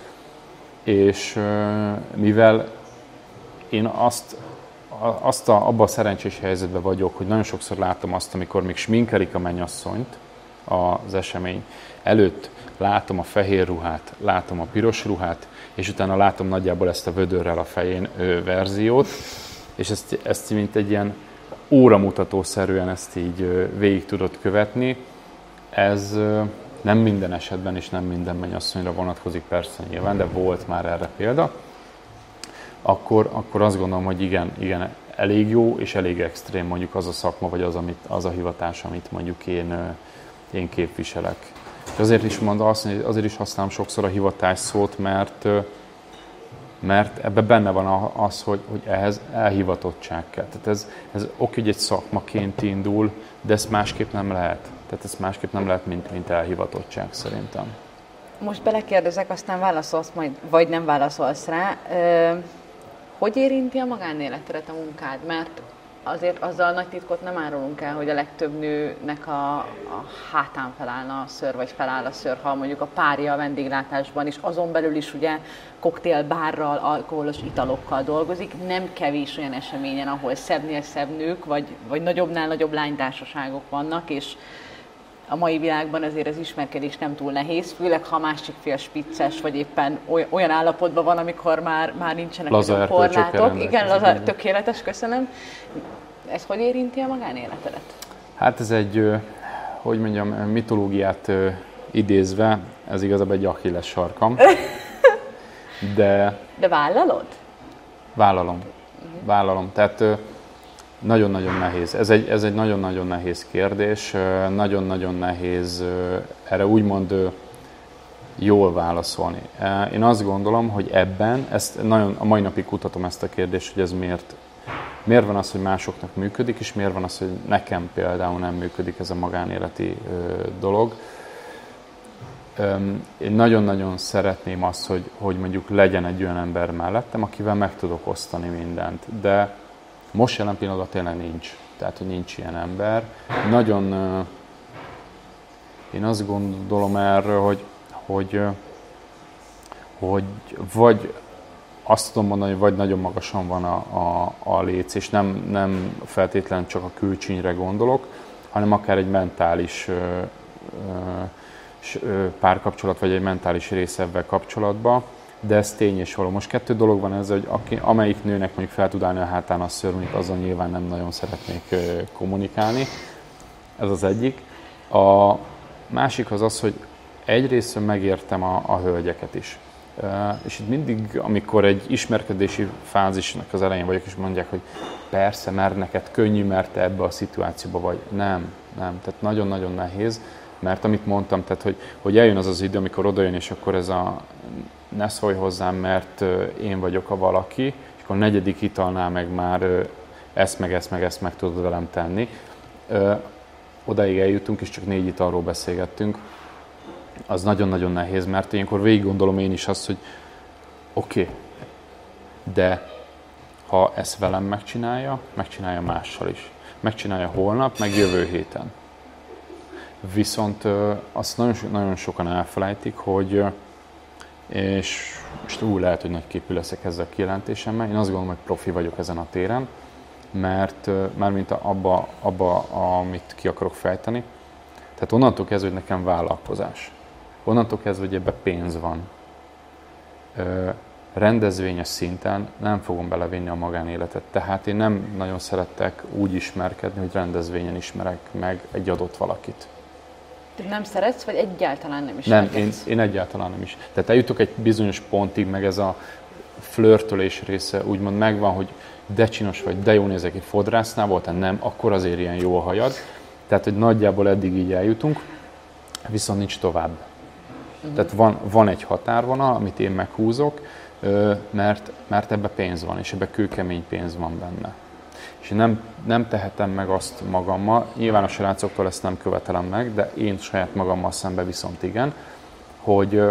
És mivel én azt, azt a, abban a szerencsés helyzetben vagyok, hogy nagyon sokszor látom azt, amikor még sminkelik a mennyasszonyt az esemény előtt, látom a fehér ruhát, látom a piros ruhát, és utána látom nagyjából ezt a vödörrel a fején verziót, és ezt, ezt mint egy ilyen óramutatószerűen ezt így végig tudod követni. Ez nem minden esetben és nem minden mennyasszonyra vonatkozik persze nyilván, de volt már erre példa. Akkor, akkor azt gondolom, hogy igen, igen, elég jó és elég extrém mondjuk az a szakma, vagy az, amit, az a hivatás, amit mondjuk én, én képviselek. És azért is mondom azt, hogy azért is használom sokszor a hivatás szót, mert mert ebben benne van az, hogy, hogy ehhez elhivatottság kell. Tehát ez, ez oké, hogy egy szakmaként indul, de ezt másképp nem lehet. Tehát ezt másképp nem lehet, mint, mint elhivatottság szerintem. Most belekérdezek, aztán válaszolsz majd, vagy nem válaszolsz rá. Hogy érinti a magánéletedet a munkád? Mert azért azzal nagy titkot nem árulunk el, hogy a legtöbb nőnek a, a hátán felállna a szőr, vagy feláll a szőr, ha mondjuk a párja a vendéglátásban is, azon belül is ugye koktélbárral, alkoholos italokkal dolgozik. Nem kevés olyan eseményen, ahol szebbnél szebb nők, vagy, vagy nagyobbnál nagyobb lánytársaságok vannak, és a mai világban azért az ismerkedés nem túl nehéz, főleg ha a másik fél spicces, vagy éppen olyan állapotban van, amikor már, már nincsenek laza korlátok. Igen, laza, tökéletes, köszönöm. Ez hogy érinti a magánéletedet? Hát ez egy, hogy mondjam, mitológiát idézve, ez igazából egy Achilles sarkam. De... De vállalod? Vállalom. Vállalom. Tehát nagyon-nagyon nehéz. Ez egy, ez egy nagyon-nagyon nehéz kérdés. Nagyon-nagyon nehéz erre úgymond jól válaszolni. Én azt gondolom, hogy ebben, ezt nagyon, a mai napig kutatom ezt a kérdést, hogy ez miért, miért van az, hogy másoknak működik, és miért van az, hogy nekem például nem működik ez a magánéleti dolog. Én nagyon-nagyon szeretném azt, hogy, hogy mondjuk legyen egy olyan ember mellettem, akivel meg tudok osztani mindent, de most jelen pillanatban tényleg nincs. Tehát, hogy nincs ilyen ember. Nagyon, én azt gondolom erről, hogy, hogy, hogy vagy azt tudom mondani, hogy vagy nagyon magasan van a, a, a léc, és nem, nem feltétlenül csak a külcsínyre gondolok, hanem akár egy mentális ö, ö, párkapcsolat, vagy egy mentális rész ebben kapcsolatban, de ez tény és való. Most kettő dolog van ez, hogy aki, amelyik nőnek mondjuk fel tud állni a hátán a szörnyét, azon nyilván nem nagyon szeretnék ö, kommunikálni. Ez az egyik. A másik az az, hogy egyrészt megértem a, a hölgyeket is. Uh, és itt mindig, amikor egy ismerkedési fázisnak az elején vagyok, és mondják, hogy persze, mert neked könnyű, mert te ebbe a szituációba vagy. Nem, nem. Tehát nagyon-nagyon nehéz, mert amit mondtam, tehát, hogy, hogy eljön az az idő, amikor odajön, és akkor ez a ne szólj hozzám, mert én vagyok a valaki, és akkor a negyedik italnál meg már ezt meg ezt meg ezt meg tudod velem tenni. Uh, odáig eljutunk, és csak négy italról beszélgettünk. Az nagyon-nagyon nehéz, mert ilyenkor végig gondolom én is azt, hogy oké, okay, de ha ezt velem megcsinálja, megcsinálja mással is. Megcsinálja holnap, meg jövő héten. Viszont azt nagyon, nagyon sokan elfelejtik, hogy, és most úgy lehet, hogy nagyképű leszek ezzel a kijelentésemmel, én azt gondolom, hogy profi vagyok ezen a téren, mert mármint abba, abba, amit ki akarok fejteni, tehát onnantól kezdve, hogy nekem vállalkozás. Onnantól kezdve, hogy ebbe pénz van. Ö, rendezvényes szinten nem fogom belevinni a magánéletet. Tehát én nem nagyon szeretek úgy ismerkedni, hogy rendezvényen ismerek meg egy adott valakit. Te nem szeretsz, vagy egyáltalán nem ismerkedsz? Nem, én, én egyáltalán nem is. Tehát eljutok egy bizonyos pontig, meg ez a flörtölés része úgymond megvan, hogy de csinos vagy, de jó nézek, egy fodrásznál voltál, nem, akkor azért ilyen jó a hajad. Tehát, hogy nagyjából eddig így eljutunk, viszont nincs tovább. Uh-huh. Tehát van, van egy határvonal, amit én meghúzok, mert, mert ebbe pénz van, és ebbe kőkemény pénz van benne. És én nem, nem tehetem meg azt magammal, nyilván a srácoktól ezt nem követelem meg, de én saját magammal szembe viszont igen, hogy,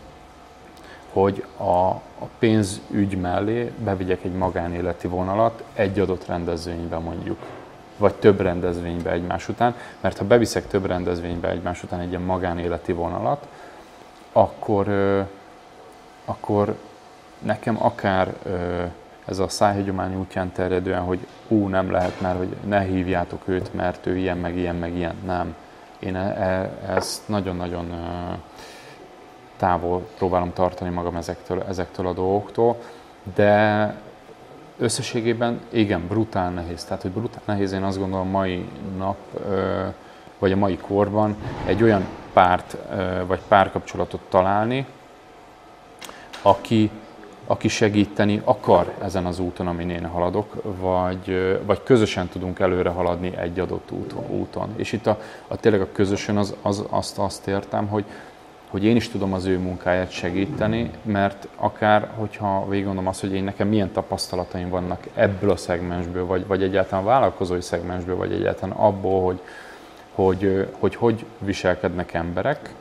hogy a, a pénzügy mellé bevigyek egy magánéleti vonalat egy adott rendezvénybe mondjuk, vagy több rendezvénybe egymás után, mert ha beviszek több rendezvénybe egymás után egy ilyen magánéleti vonalat, akkor, ö, akkor nekem akár ö, ez a szájhagyomány útján terjedően, hogy ú, nem lehet már, hogy ne hívjátok őt, mert ő ilyen, meg ilyen, meg ilyen. Nem. Én e, e, ezt nagyon-nagyon ö, távol próbálom tartani magam ezektől, ezektől a dolgoktól, de összességében igen, brutál nehéz. Tehát, hogy brutál nehéz, én azt gondolom mai nap, ö, vagy a mai korban egy olyan párt, ö, vagy párkapcsolatot találni, aki, aki segíteni akar ezen az úton, amin én haladok, vagy, vagy közösen tudunk előre haladni egy adott úton. úton. És itt a, a tényleg a közösen az, az, azt, azt értem, hogy, hogy én is tudom az ő munkáját segíteni, mert akár, hogyha végig gondolom azt, hogy én nekem milyen tapasztalataim vannak ebből a szegmensből, vagy, vagy egyáltalán vállalkozói szegmensből, vagy egyáltalán abból, hogy hogy, hogy hogy viselkednek emberek,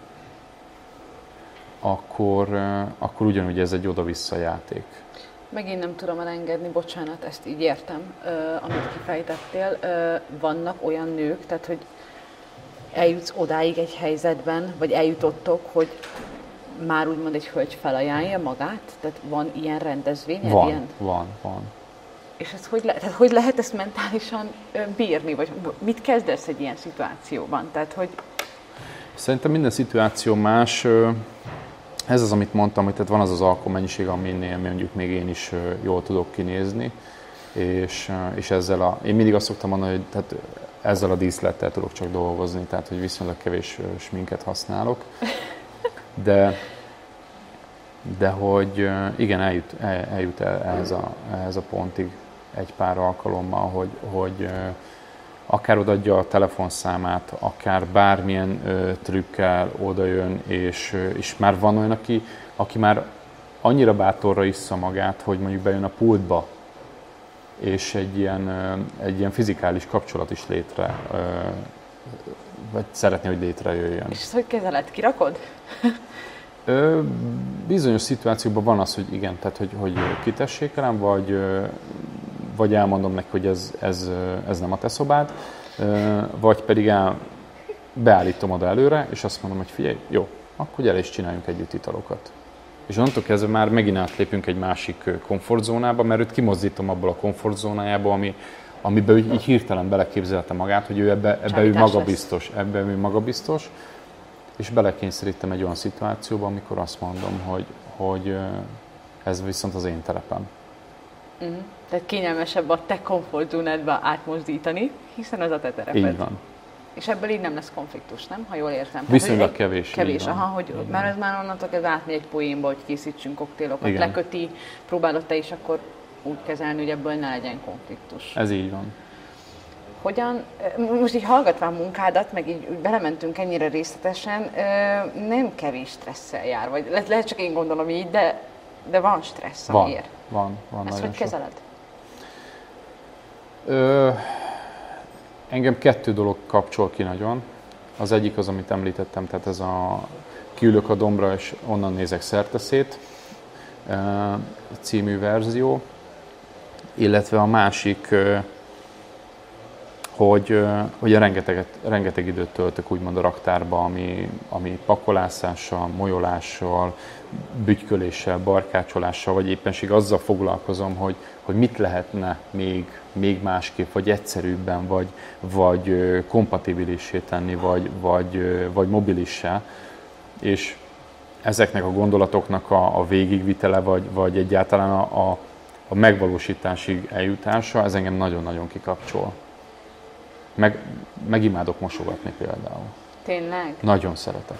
akkor, akkor ugyanúgy ez egy oda-vissza játék. Megint nem tudom elengedni, bocsánat, ezt így értem, amit kifejtettél. Vannak olyan nők, tehát hogy eljutsz odáig egy helyzetben, vagy eljutottok, hogy már úgymond egy hölgy felajánlja magát? Tehát van ilyen rendezvény? Van, ilyen? van, van. És ez hogy, le, tehát hogy lehet ezt mentálisan bírni? Vagy mit kezdesz egy ilyen szituációban? Tehát, hogy... Szerintem minden szituáció más. Ez az, amit mondtam, hogy tehát van az az alkoholmennyiség, aminél mondjuk még én is jól tudok kinézni, és, és ezzel a... Én mindig azt szoktam mondani, hogy tehát ezzel a díszlettel tudok csak dolgozni, tehát hogy viszonylag kevés sminket használok. De, de hogy igen, eljut, el, eljut el ehhez, a, ehhez a pontig egy pár alkalommal, hogy, hogy akár odaadja a telefonszámát, akár bármilyen ö, trükkel odajön, és, és már van olyan, aki, aki már annyira bátorra issza magát, hogy mondjuk bejön a pultba, és egy ilyen, ö, egy ilyen fizikális kapcsolat is létre ö, vagy szeretné, hogy létrejöjjön. És ezt hogy kezeled? Kirakod? Ö, bizonyos szituációkban van az, hogy igen, tehát hogy, hogy kitessék rám, vagy, vagy elmondom neki, hogy ez, ez, ez nem a te szobád, vagy pedig el, beállítom oda előre, és azt mondom, hogy figyelj, jó, akkor gyere és csináljunk együtt italokat. És onnantól kezdve már megint átlépünk egy másik komfortzónába, mert őt kimozdítom abból a komfortzónájából, ami, amiben így hirtelen beleképzelte magát, hogy ő ebbe, ebbe ő magabiztos, ebbe ő magabiztos, és belekényszerítem egy olyan szituációba, amikor azt mondom, hogy, hogy ez viszont az én terepem. Uh-huh. Tehát kényelmesebb a te komfortzónádba átmozdítani, hiszen az a te tereped. Így van. És ebből így nem lesz konfliktus, nem? Ha jól értem. Viszonylag hát, kevés. Kevés, aha, hogy, mert ez már onnantól kezdve átmegy egy poénba, hogy készítsünk koktélokat, igen. Leköti, próbálod te is akkor úgy kezelni, hogy ebből ne legyen konfliktus. Ez így van. Hogyan, most így hallgatván munkádat, meg így belementünk ennyire részletesen, nem kevés stresszel jár, vagy lehet, lehet csak én gondolom így, de, de van stressz, van, amiért. Van, van. Ezt hogy kezeled? Ö, engem kettő dolog kapcsol ki nagyon. Az egyik az, amit említettem, tehát ez a kiülök a dombra, és onnan nézek szerteszét című verzió, illetve a másik, hogy, hogy rengeteg, rengeteg időt töltök úgymond a raktárba, ami, ami pakolászással, molyolással, bütyköléssel, barkácsolással, vagy éppenség azzal foglalkozom, hogy, hogy mit lehetne még, még másképp, vagy egyszerűbben, vagy, vagy kompatibilissé tenni, vagy, vagy, vagy mobilissá. És ezeknek a gondolatoknak a, a végigvitele, vagy, vagy egyáltalán a, a, a megvalósításig eljutása, ez engem nagyon-nagyon kikapcsol. Meg, megimádok mosogatni például. Tényleg? Nagyon szeretek.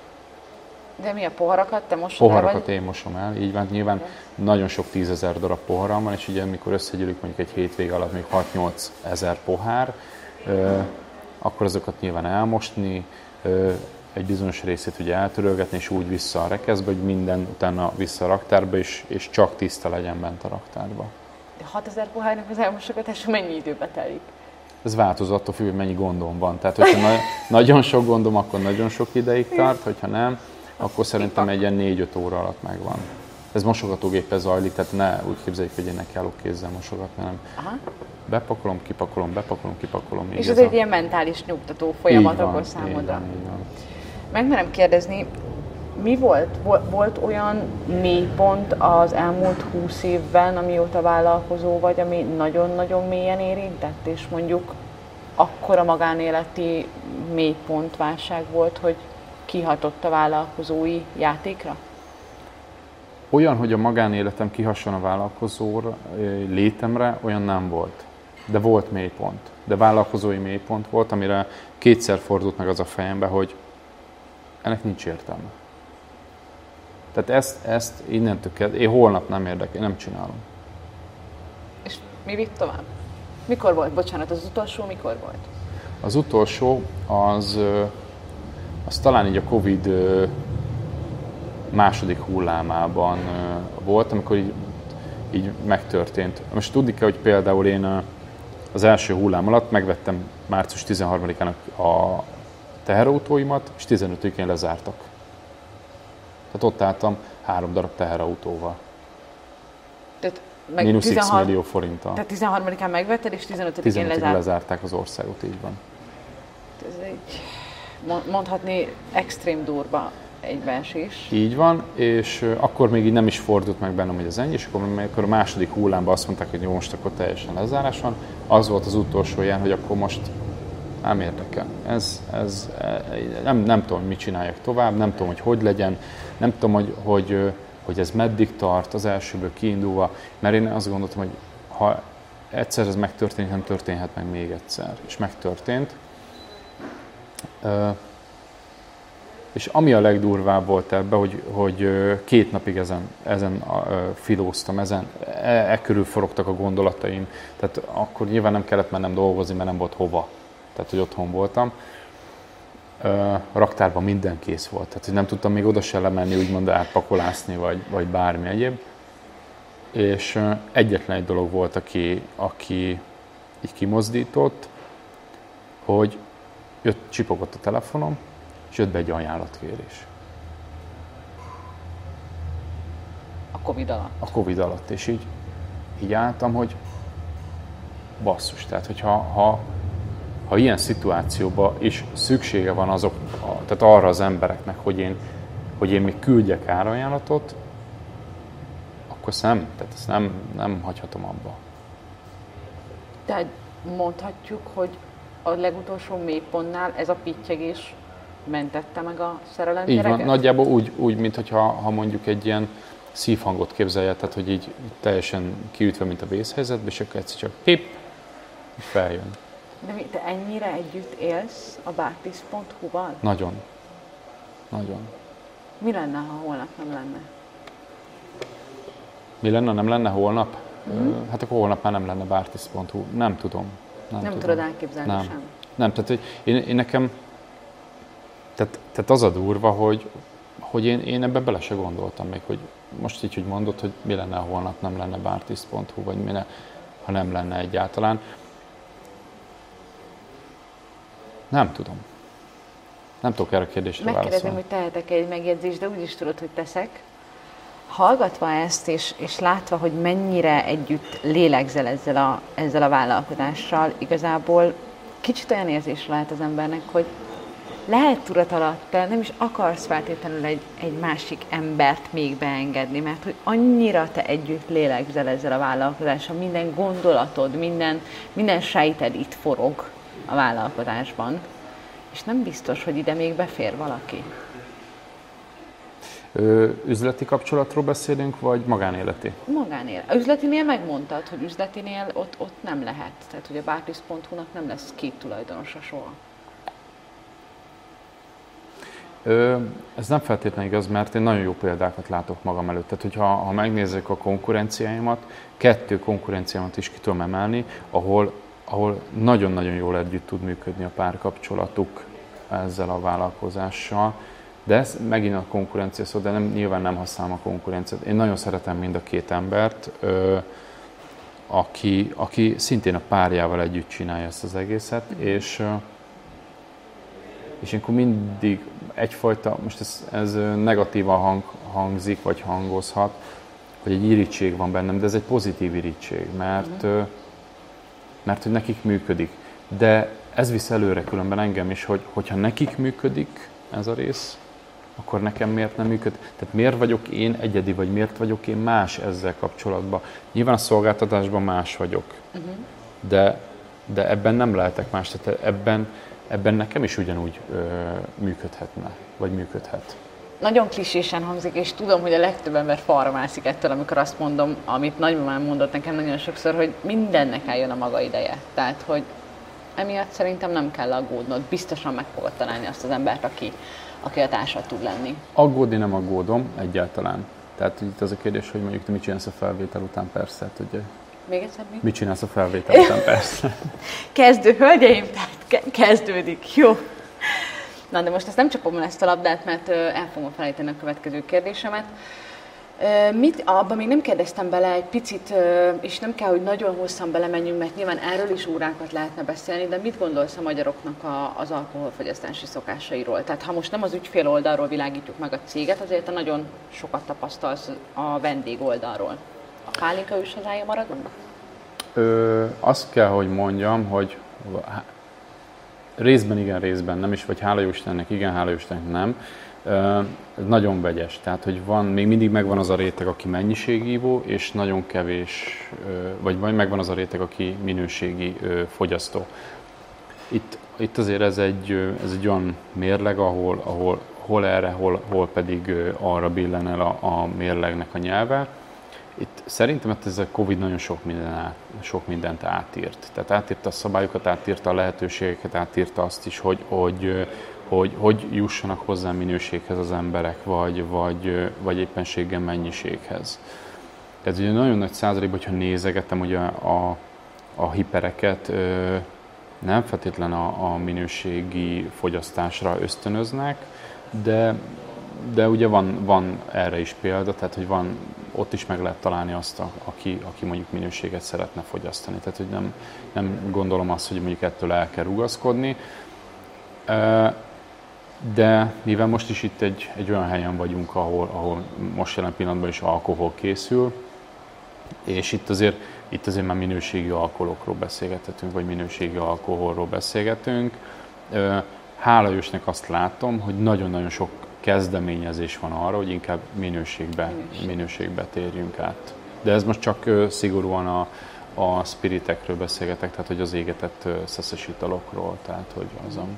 De mi a poharakat? Te mosod Poharakat el, én mosom el, így van. Nyilván de. Nagyon sok tízezer darab poharam van, és ugye amikor összegyűlik mondjuk egy hétvége alatt még hat-nyolc ezer pohár, euh, akkor azokat nyilván elmosni, euh, egy bizonyos részét ugye eltörölgetni, és úgy vissza a rekeszbe, hogy minden utána vissza a raktárba, és, és csak tiszta legyen bent a raktárba. De hatezer pohárnak az elmosogatása mennyi időbe telik? Ez változó attól függ, hogy mennyi gondom van. Tehát, hogyha na- nagyon sok gondom, akkor nagyon sok ideig tart, hogyha nem, akkor szerintem egy ilyen négy-öt óra alatt megvan. Ez mosogatógéppel zajlik, tehát ne úgy képzeljük, hogy én nekiállok kézzel mosogatni, hanem aha. bepakolom, kipakolom, bepakolom, kipakolom. És ez egy a... ilyen mentális nyugtató folyamat akkor számodra. Így van, így van. Megmerem kérdezni, mi volt? Volt olyan mélypont az elmúlt húsz évben, amióta vállalkozó vagy, ami nagyon-nagyon mélyen érintett, és mondjuk akkora magánéleti mélypont, válság volt, hogy kihatott a vállalkozói játékra? Olyan, hogy a magánéletem kihasson a vállalkozó létemre, olyan nem volt. De volt mélypont. De vállalkozói mélypont volt, amire kétszer fordult meg az a fejembe, hogy ennek nincs értelme. Tehát ezt, ezt innentől kezdve, én holnap nem érdekel, nem csinálom. És mi vitt tovább? Mikor volt? Bocsánat, az utolsó mikor volt? Az utolsó az, az talán így a Covid második hullámában volt, amikor így, így megtörtént. Most tudni kell, hogy például én az első hullám alatt megvettem március tizenharmadikának a teherautóimat, és tizenötödikén lezártak. Tehát ott álltam három darab teherautóval. Tehát meg mínusz x millió forinttal. Tehát tizenharmadikán megvetted, és tizenötödikén lezárt. lezárták az országot, így van. Ez egy, mondhatni, extrém durva egybeesés. Így van, és akkor még így nem is fordult meg bennem, hogy ez ennyi, és akkor, amikor a második hullámban azt mondták, hogy jó, most akkor teljesen lezárás van, az volt az utolsó ilyen, hogy akkor most nem érdekel. Ez, ez, nem, nem tudom, mit csináljak tovább, nem tudom, hogy hogy legyen, nem tudom, hogy, hogy, hogy ez meddig tart az elsőből kiindulva, mert én azt gondoltam, hogy ha egyszer ez megtörténik, nem történhet meg még egyszer. És megtörtént. És ami a legdurvább volt ebben, hogy, hogy két napig ezen, ezen filóztam, ezen, e, e körül forogtak a gondolataim. Tehát akkor nyilván nem kellett mennem dolgozni, mert nem volt hova. Tehát, hogy otthon voltam. A raktárban minden kész volt. Tehát, hogy nem tudtam még oda se lemenni, úgymond átpakolászni, vagy, vagy bármi egyéb. És egyetlen egy dolog volt, aki, aki így kimozdított, hogy jött, csipogott a telefonom, és jött be egy ajánlatkérés. A Covid alatt? A Covid alatt, és így, így álltam, hogy basszus, tehát hogyha ha, ha ilyen szituációban is szüksége van azok, tehát arra az embereknek, hogy én, hogy én még küldjek árajánlatot, akkor ezt nem, tehát ezt nem, nem hagyhatom abba. Tehát mondhatjuk, hogy a legutolsó mélypontnál ez a pittyegés mentette meg a szerelemgyereket? Így van, nagyjából úgy, úgy mint hogyha ha mondjuk egy ilyen szívhangot képzelje, tehát hogy így teljesen kiütve, mint a vészhelyzetben, és akkor egyszer csak pip, és feljön. De mi, te ennyire együtt élsz a bártiszt pont hu-val? Nagyon. Nagyon. Mi lenne, ha holnap nem lenne? Mi lenne, nem lenne holnap? Mm-hmm. Hát akkor holnap már nem lenne bártiszt pont hu. Nem tudom. Nem, nem tudom. tudod elképzelni nem. sem? Nem, tehát hogy én, én nekem, tehát, tehát az a durva, hogy, hogy én, én ebben bele se gondoltam még, hogy most így, hogy mondod, hogy mi lenne, ha holnap nem lenne bártiszt pont hu, vagy mi ne, ha nem lenne egyáltalán. Nem tudom. Nem tudok erre a kérdésre válaszolni. Megkérdezem, hogy tehetek egy megjegyzést, de úgy is tudod, hogy teszek. Hallgatva ezt, és, és látva, hogy mennyire együtt lélegzel ezzel a, ezzel a vállalkozással, igazából kicsit olyan érzés lehet az embernek, hogy lehet tudat alatt, te nem is akarsz feltétlenül egy, egy másik embert még beengedni, mert hogy annyira te együtt lélegzel ezzel a vállalkozással, minden gondolatod, minden, minden sejted itt forog a vállalkozásban, és nem biztos, hogy ide még befér valaki. Ö, üzleti kapcsolatról beszélünk, vagy magánéleti? Magánélet. A üzletinél megmondtad, hogy üzletinél ott, ott nem lehet. Tehát, hogy a bártiszt pont hu-nak nem lesz két tulajdonosa soha. Ö, ez nem feltétlenül igaz, mert én nagyon jó példákat látok magam előtt. Tehát, hogyha ha megnézzük a konkurenciáimat, kettő konkurenciámat is ki tudom emelni, ahol, ahol nagyon-nagyon jól együtt tud működni a párkapcsolatuk ezzel a vállalkozással. De ez megint a konkurencia szó, de nem, nyilván nem használom a konkurenciát. Én nagyon szeretem mind a két embert, ö, aki, aki szintén a párjával együtt csinálja ezt az egészet, és, ö, és akkor mindig egyfajta, most ez, ez negatívan hang, hangzik, vagy hangozhat, hogy egy irigység van bennem, de ez egy pozitív irigység, mert, ö, mert hogy nekik működik. De ez visz előre különben engem is, hogy hogyha nekik működik ez a rész, akkor nekem miért nem működik? Tehát miért vagyok én egyedi, vagy miért vagyok én más ezzel kapcsolatban? Nyilván a szolgáltatásban más vagyok, uh-huh. de, de ebben nem lehetek más. Tehát ebben, ebben nekem is ugyanúgy ö, működhetne, vagy működhet. Nagyon klisésen hangzik, és tudom, hogy a legtöbb ember falra mászik ettől, amikor azt mondom, amit nagymamám mondott nekem nagyon sokszor, hogy mindennek eljön a maga ideje. Tehát, hogy emiatt szerintem nem kell aggódnod, biztosan meg fogod találni azt az embert, aki, aki a társad tud lenni. Aggódni nem aggódom egyáltalán. Tehát itt az a kérdés, hogy mondjuk te mit csinálsz a felvétel után, persze, ugye? Még egyszer mi? Mit csinálsz a felvétel után, persze? Kezdő, hölgyeim, tehát ke- kezdődik, jó. Na, de most ezt nem csapom el ezt a labdát, mert el fogom felejteni a következő kérdésemet. Mit, abban még nem kérdeztem bele egy picit, és nem kell, hogy nagyon hosszan belemenjünk, mert nyilván erről is órákat lehetne beszélni, de mit gondolsz a magyaroknak a, az alkoholfogyasztási szokásairól? Tehát ha most nem az ügyfél oldalról világítjuk meg a céget, azért te nagyon sokat tapasztalsz a vendég oldalról. A pálinka őshazája maradunk? Ö, azt kell, hogy mondjam, hogy részben igen, részben nem is, vagy hála jó Istennek igen, hála jó Istennek nem. Ez nagyon vegyes, tehát hogy van, még mindig megvan az a réteg, aki mennyiségívó, és nagyon kevés, vagy megvan az a réteg, aki minőségi fogyasztó. Itt, itt azért ez egy, ez egy olyan mérleg, ahol, ahol hol erre, hol, hol pedig arra billen el a, a mérlegnek a nyelve. Itt szerintem ez a Covid nagyon sok, minden át, sok mindent átírt. Tehát átírta a szabályokat, átírta a lehetőségeket, átírta azt is, hogy, hogy Hogy, hogy jussanak hozzá minőséghez az emberek, vagy, vagy, vagy éppenséggel mennyiséghez. Tehát ugye nagyon nagy százalékban, hogyha nézegetem ugye a, a hipereket, nem feltétlen a, a minőségi fogyasztásra ösztönöznek, de, de ugye van, van erre is példa, tehát hogy van, ott is meg lehet találni azt, a, aki, aki mondjuk minőséget szeretne fogyasztani. Tehát hogy nem, nem gondolom azt, hogy mondjuk ettől el kell rugaszkodni. De mivel most is itt egy, egy olyan helyen vagyunk, ahol, ahol most jelen pillanatban is alkohol készül, és itt azért, itt azért már minőségi alkoholokról beszélgethetünk, vagy minőségi alkoholról beszélgetünk. Hála Jósnek azt látom, hogy nagyon-nagyon sok kezdeményezés van arra, hogy inkább minőségbe, minőségbe térjünk át. De ez most csak szigorúan a, a spiritekről beszélgetek, tehát hogy az égetett szeszes italokról, tehát hogy az, a,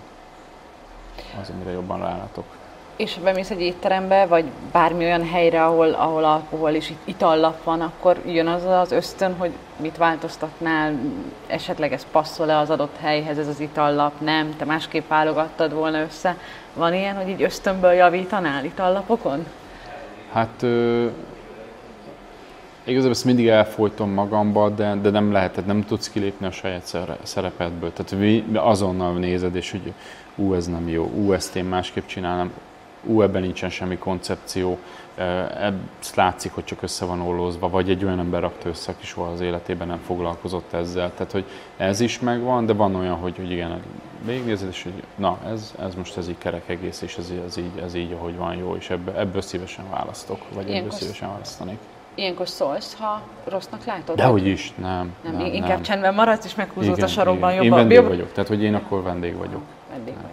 az amire jobban rálátok. És ha bemész egy étterembe, vagy bármi olyan helyre, ahol, ahol alkohol és itallap van, akkor jön az az ösztön, hogy mit változtatnál, esetleg ez passzol-e az adott helyhez, ez az itallap, nem, te másképp válogattad volna össze. Van ilyen, hogy így ösztönből javítanál itallapokon? Hát ö, igazából ezt mindig elfolytom magamba, de, de nem lehet, nem tudsz kilépni a saját szerepedből. Tehát azonnal nézed, és hogy ú, ez nem jó, ú, ezt én másképp csinálom, ú, ebben nincsen semmi koncepció, ezt látszik, hogy csak össze van ollózva, vagy egy olyan ember rakta össze, aki soha az életében nem foglalkozott ezzel. Tehát, hogy ez is megvan, de van olyan, hogy, hogy igen, végignézed, és hogy na, ez, ez most ez így kerek egész, és ez, ez, így, ez így, ahogy van jó, és ebből, ebből szívesen választok, vagy ilyenkor ebből szívesen választanék. Ilyenkor szólsz, ha rossznak látod? Dehogy is, nem. Nem, nem inkább nem. Csendben maradsz, és meghúzódsz igen, a sarokban igen. jobban. Én vendég jobb... vagyok, tehát hogy én akkor vendég vagyok. Vendég vagy.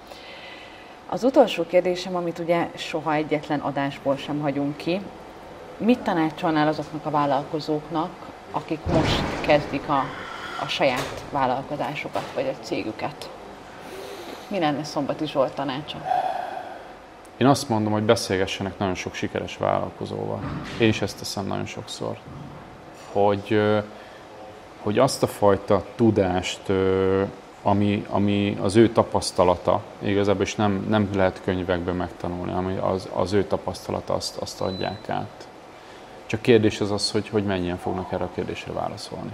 Az utolsó kérdésem, amit ugye soha egyetlen adásból sem hagyunk ki, mit tanácsolnál azoknak a vállalkozóknak, akik most kezdik a, a saját vállalkozásokat, vagy a cégüket? Mi lenne Szombati Zsolt tanácsa? Én azt mondom, hogy beszélgessenek nagyon sok sikeres vállalkozóval. Én is ezt teszem nagyon sokszor. Hogy, hogy azt a fajta tudást, ami, ami az ő tapasztalata, igazából is nem, nem lehet könyvekben megtanulni, ami az, az ő tapasztalata, azt, azt adják át. Csak kérdés az az, hogy, hogy mennyien fognak erre a kérdésre válaszolni.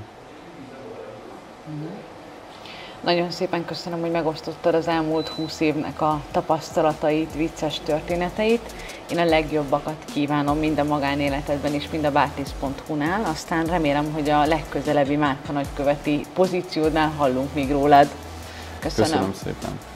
Mm. Nagyon szépen köszönöm, hogy megosztottad az elmúlt húsz évnek a tapasztalatait, vicces történeteit. Én a legjobbakat kívánom mind a magánéletedben és mind a bártész pont hu-nál. Aztán remélem, hogy a legközelebbi márka nagyköveti pozíciódnál hallunk még rólad. Köszönöm. Köszönöm szépen.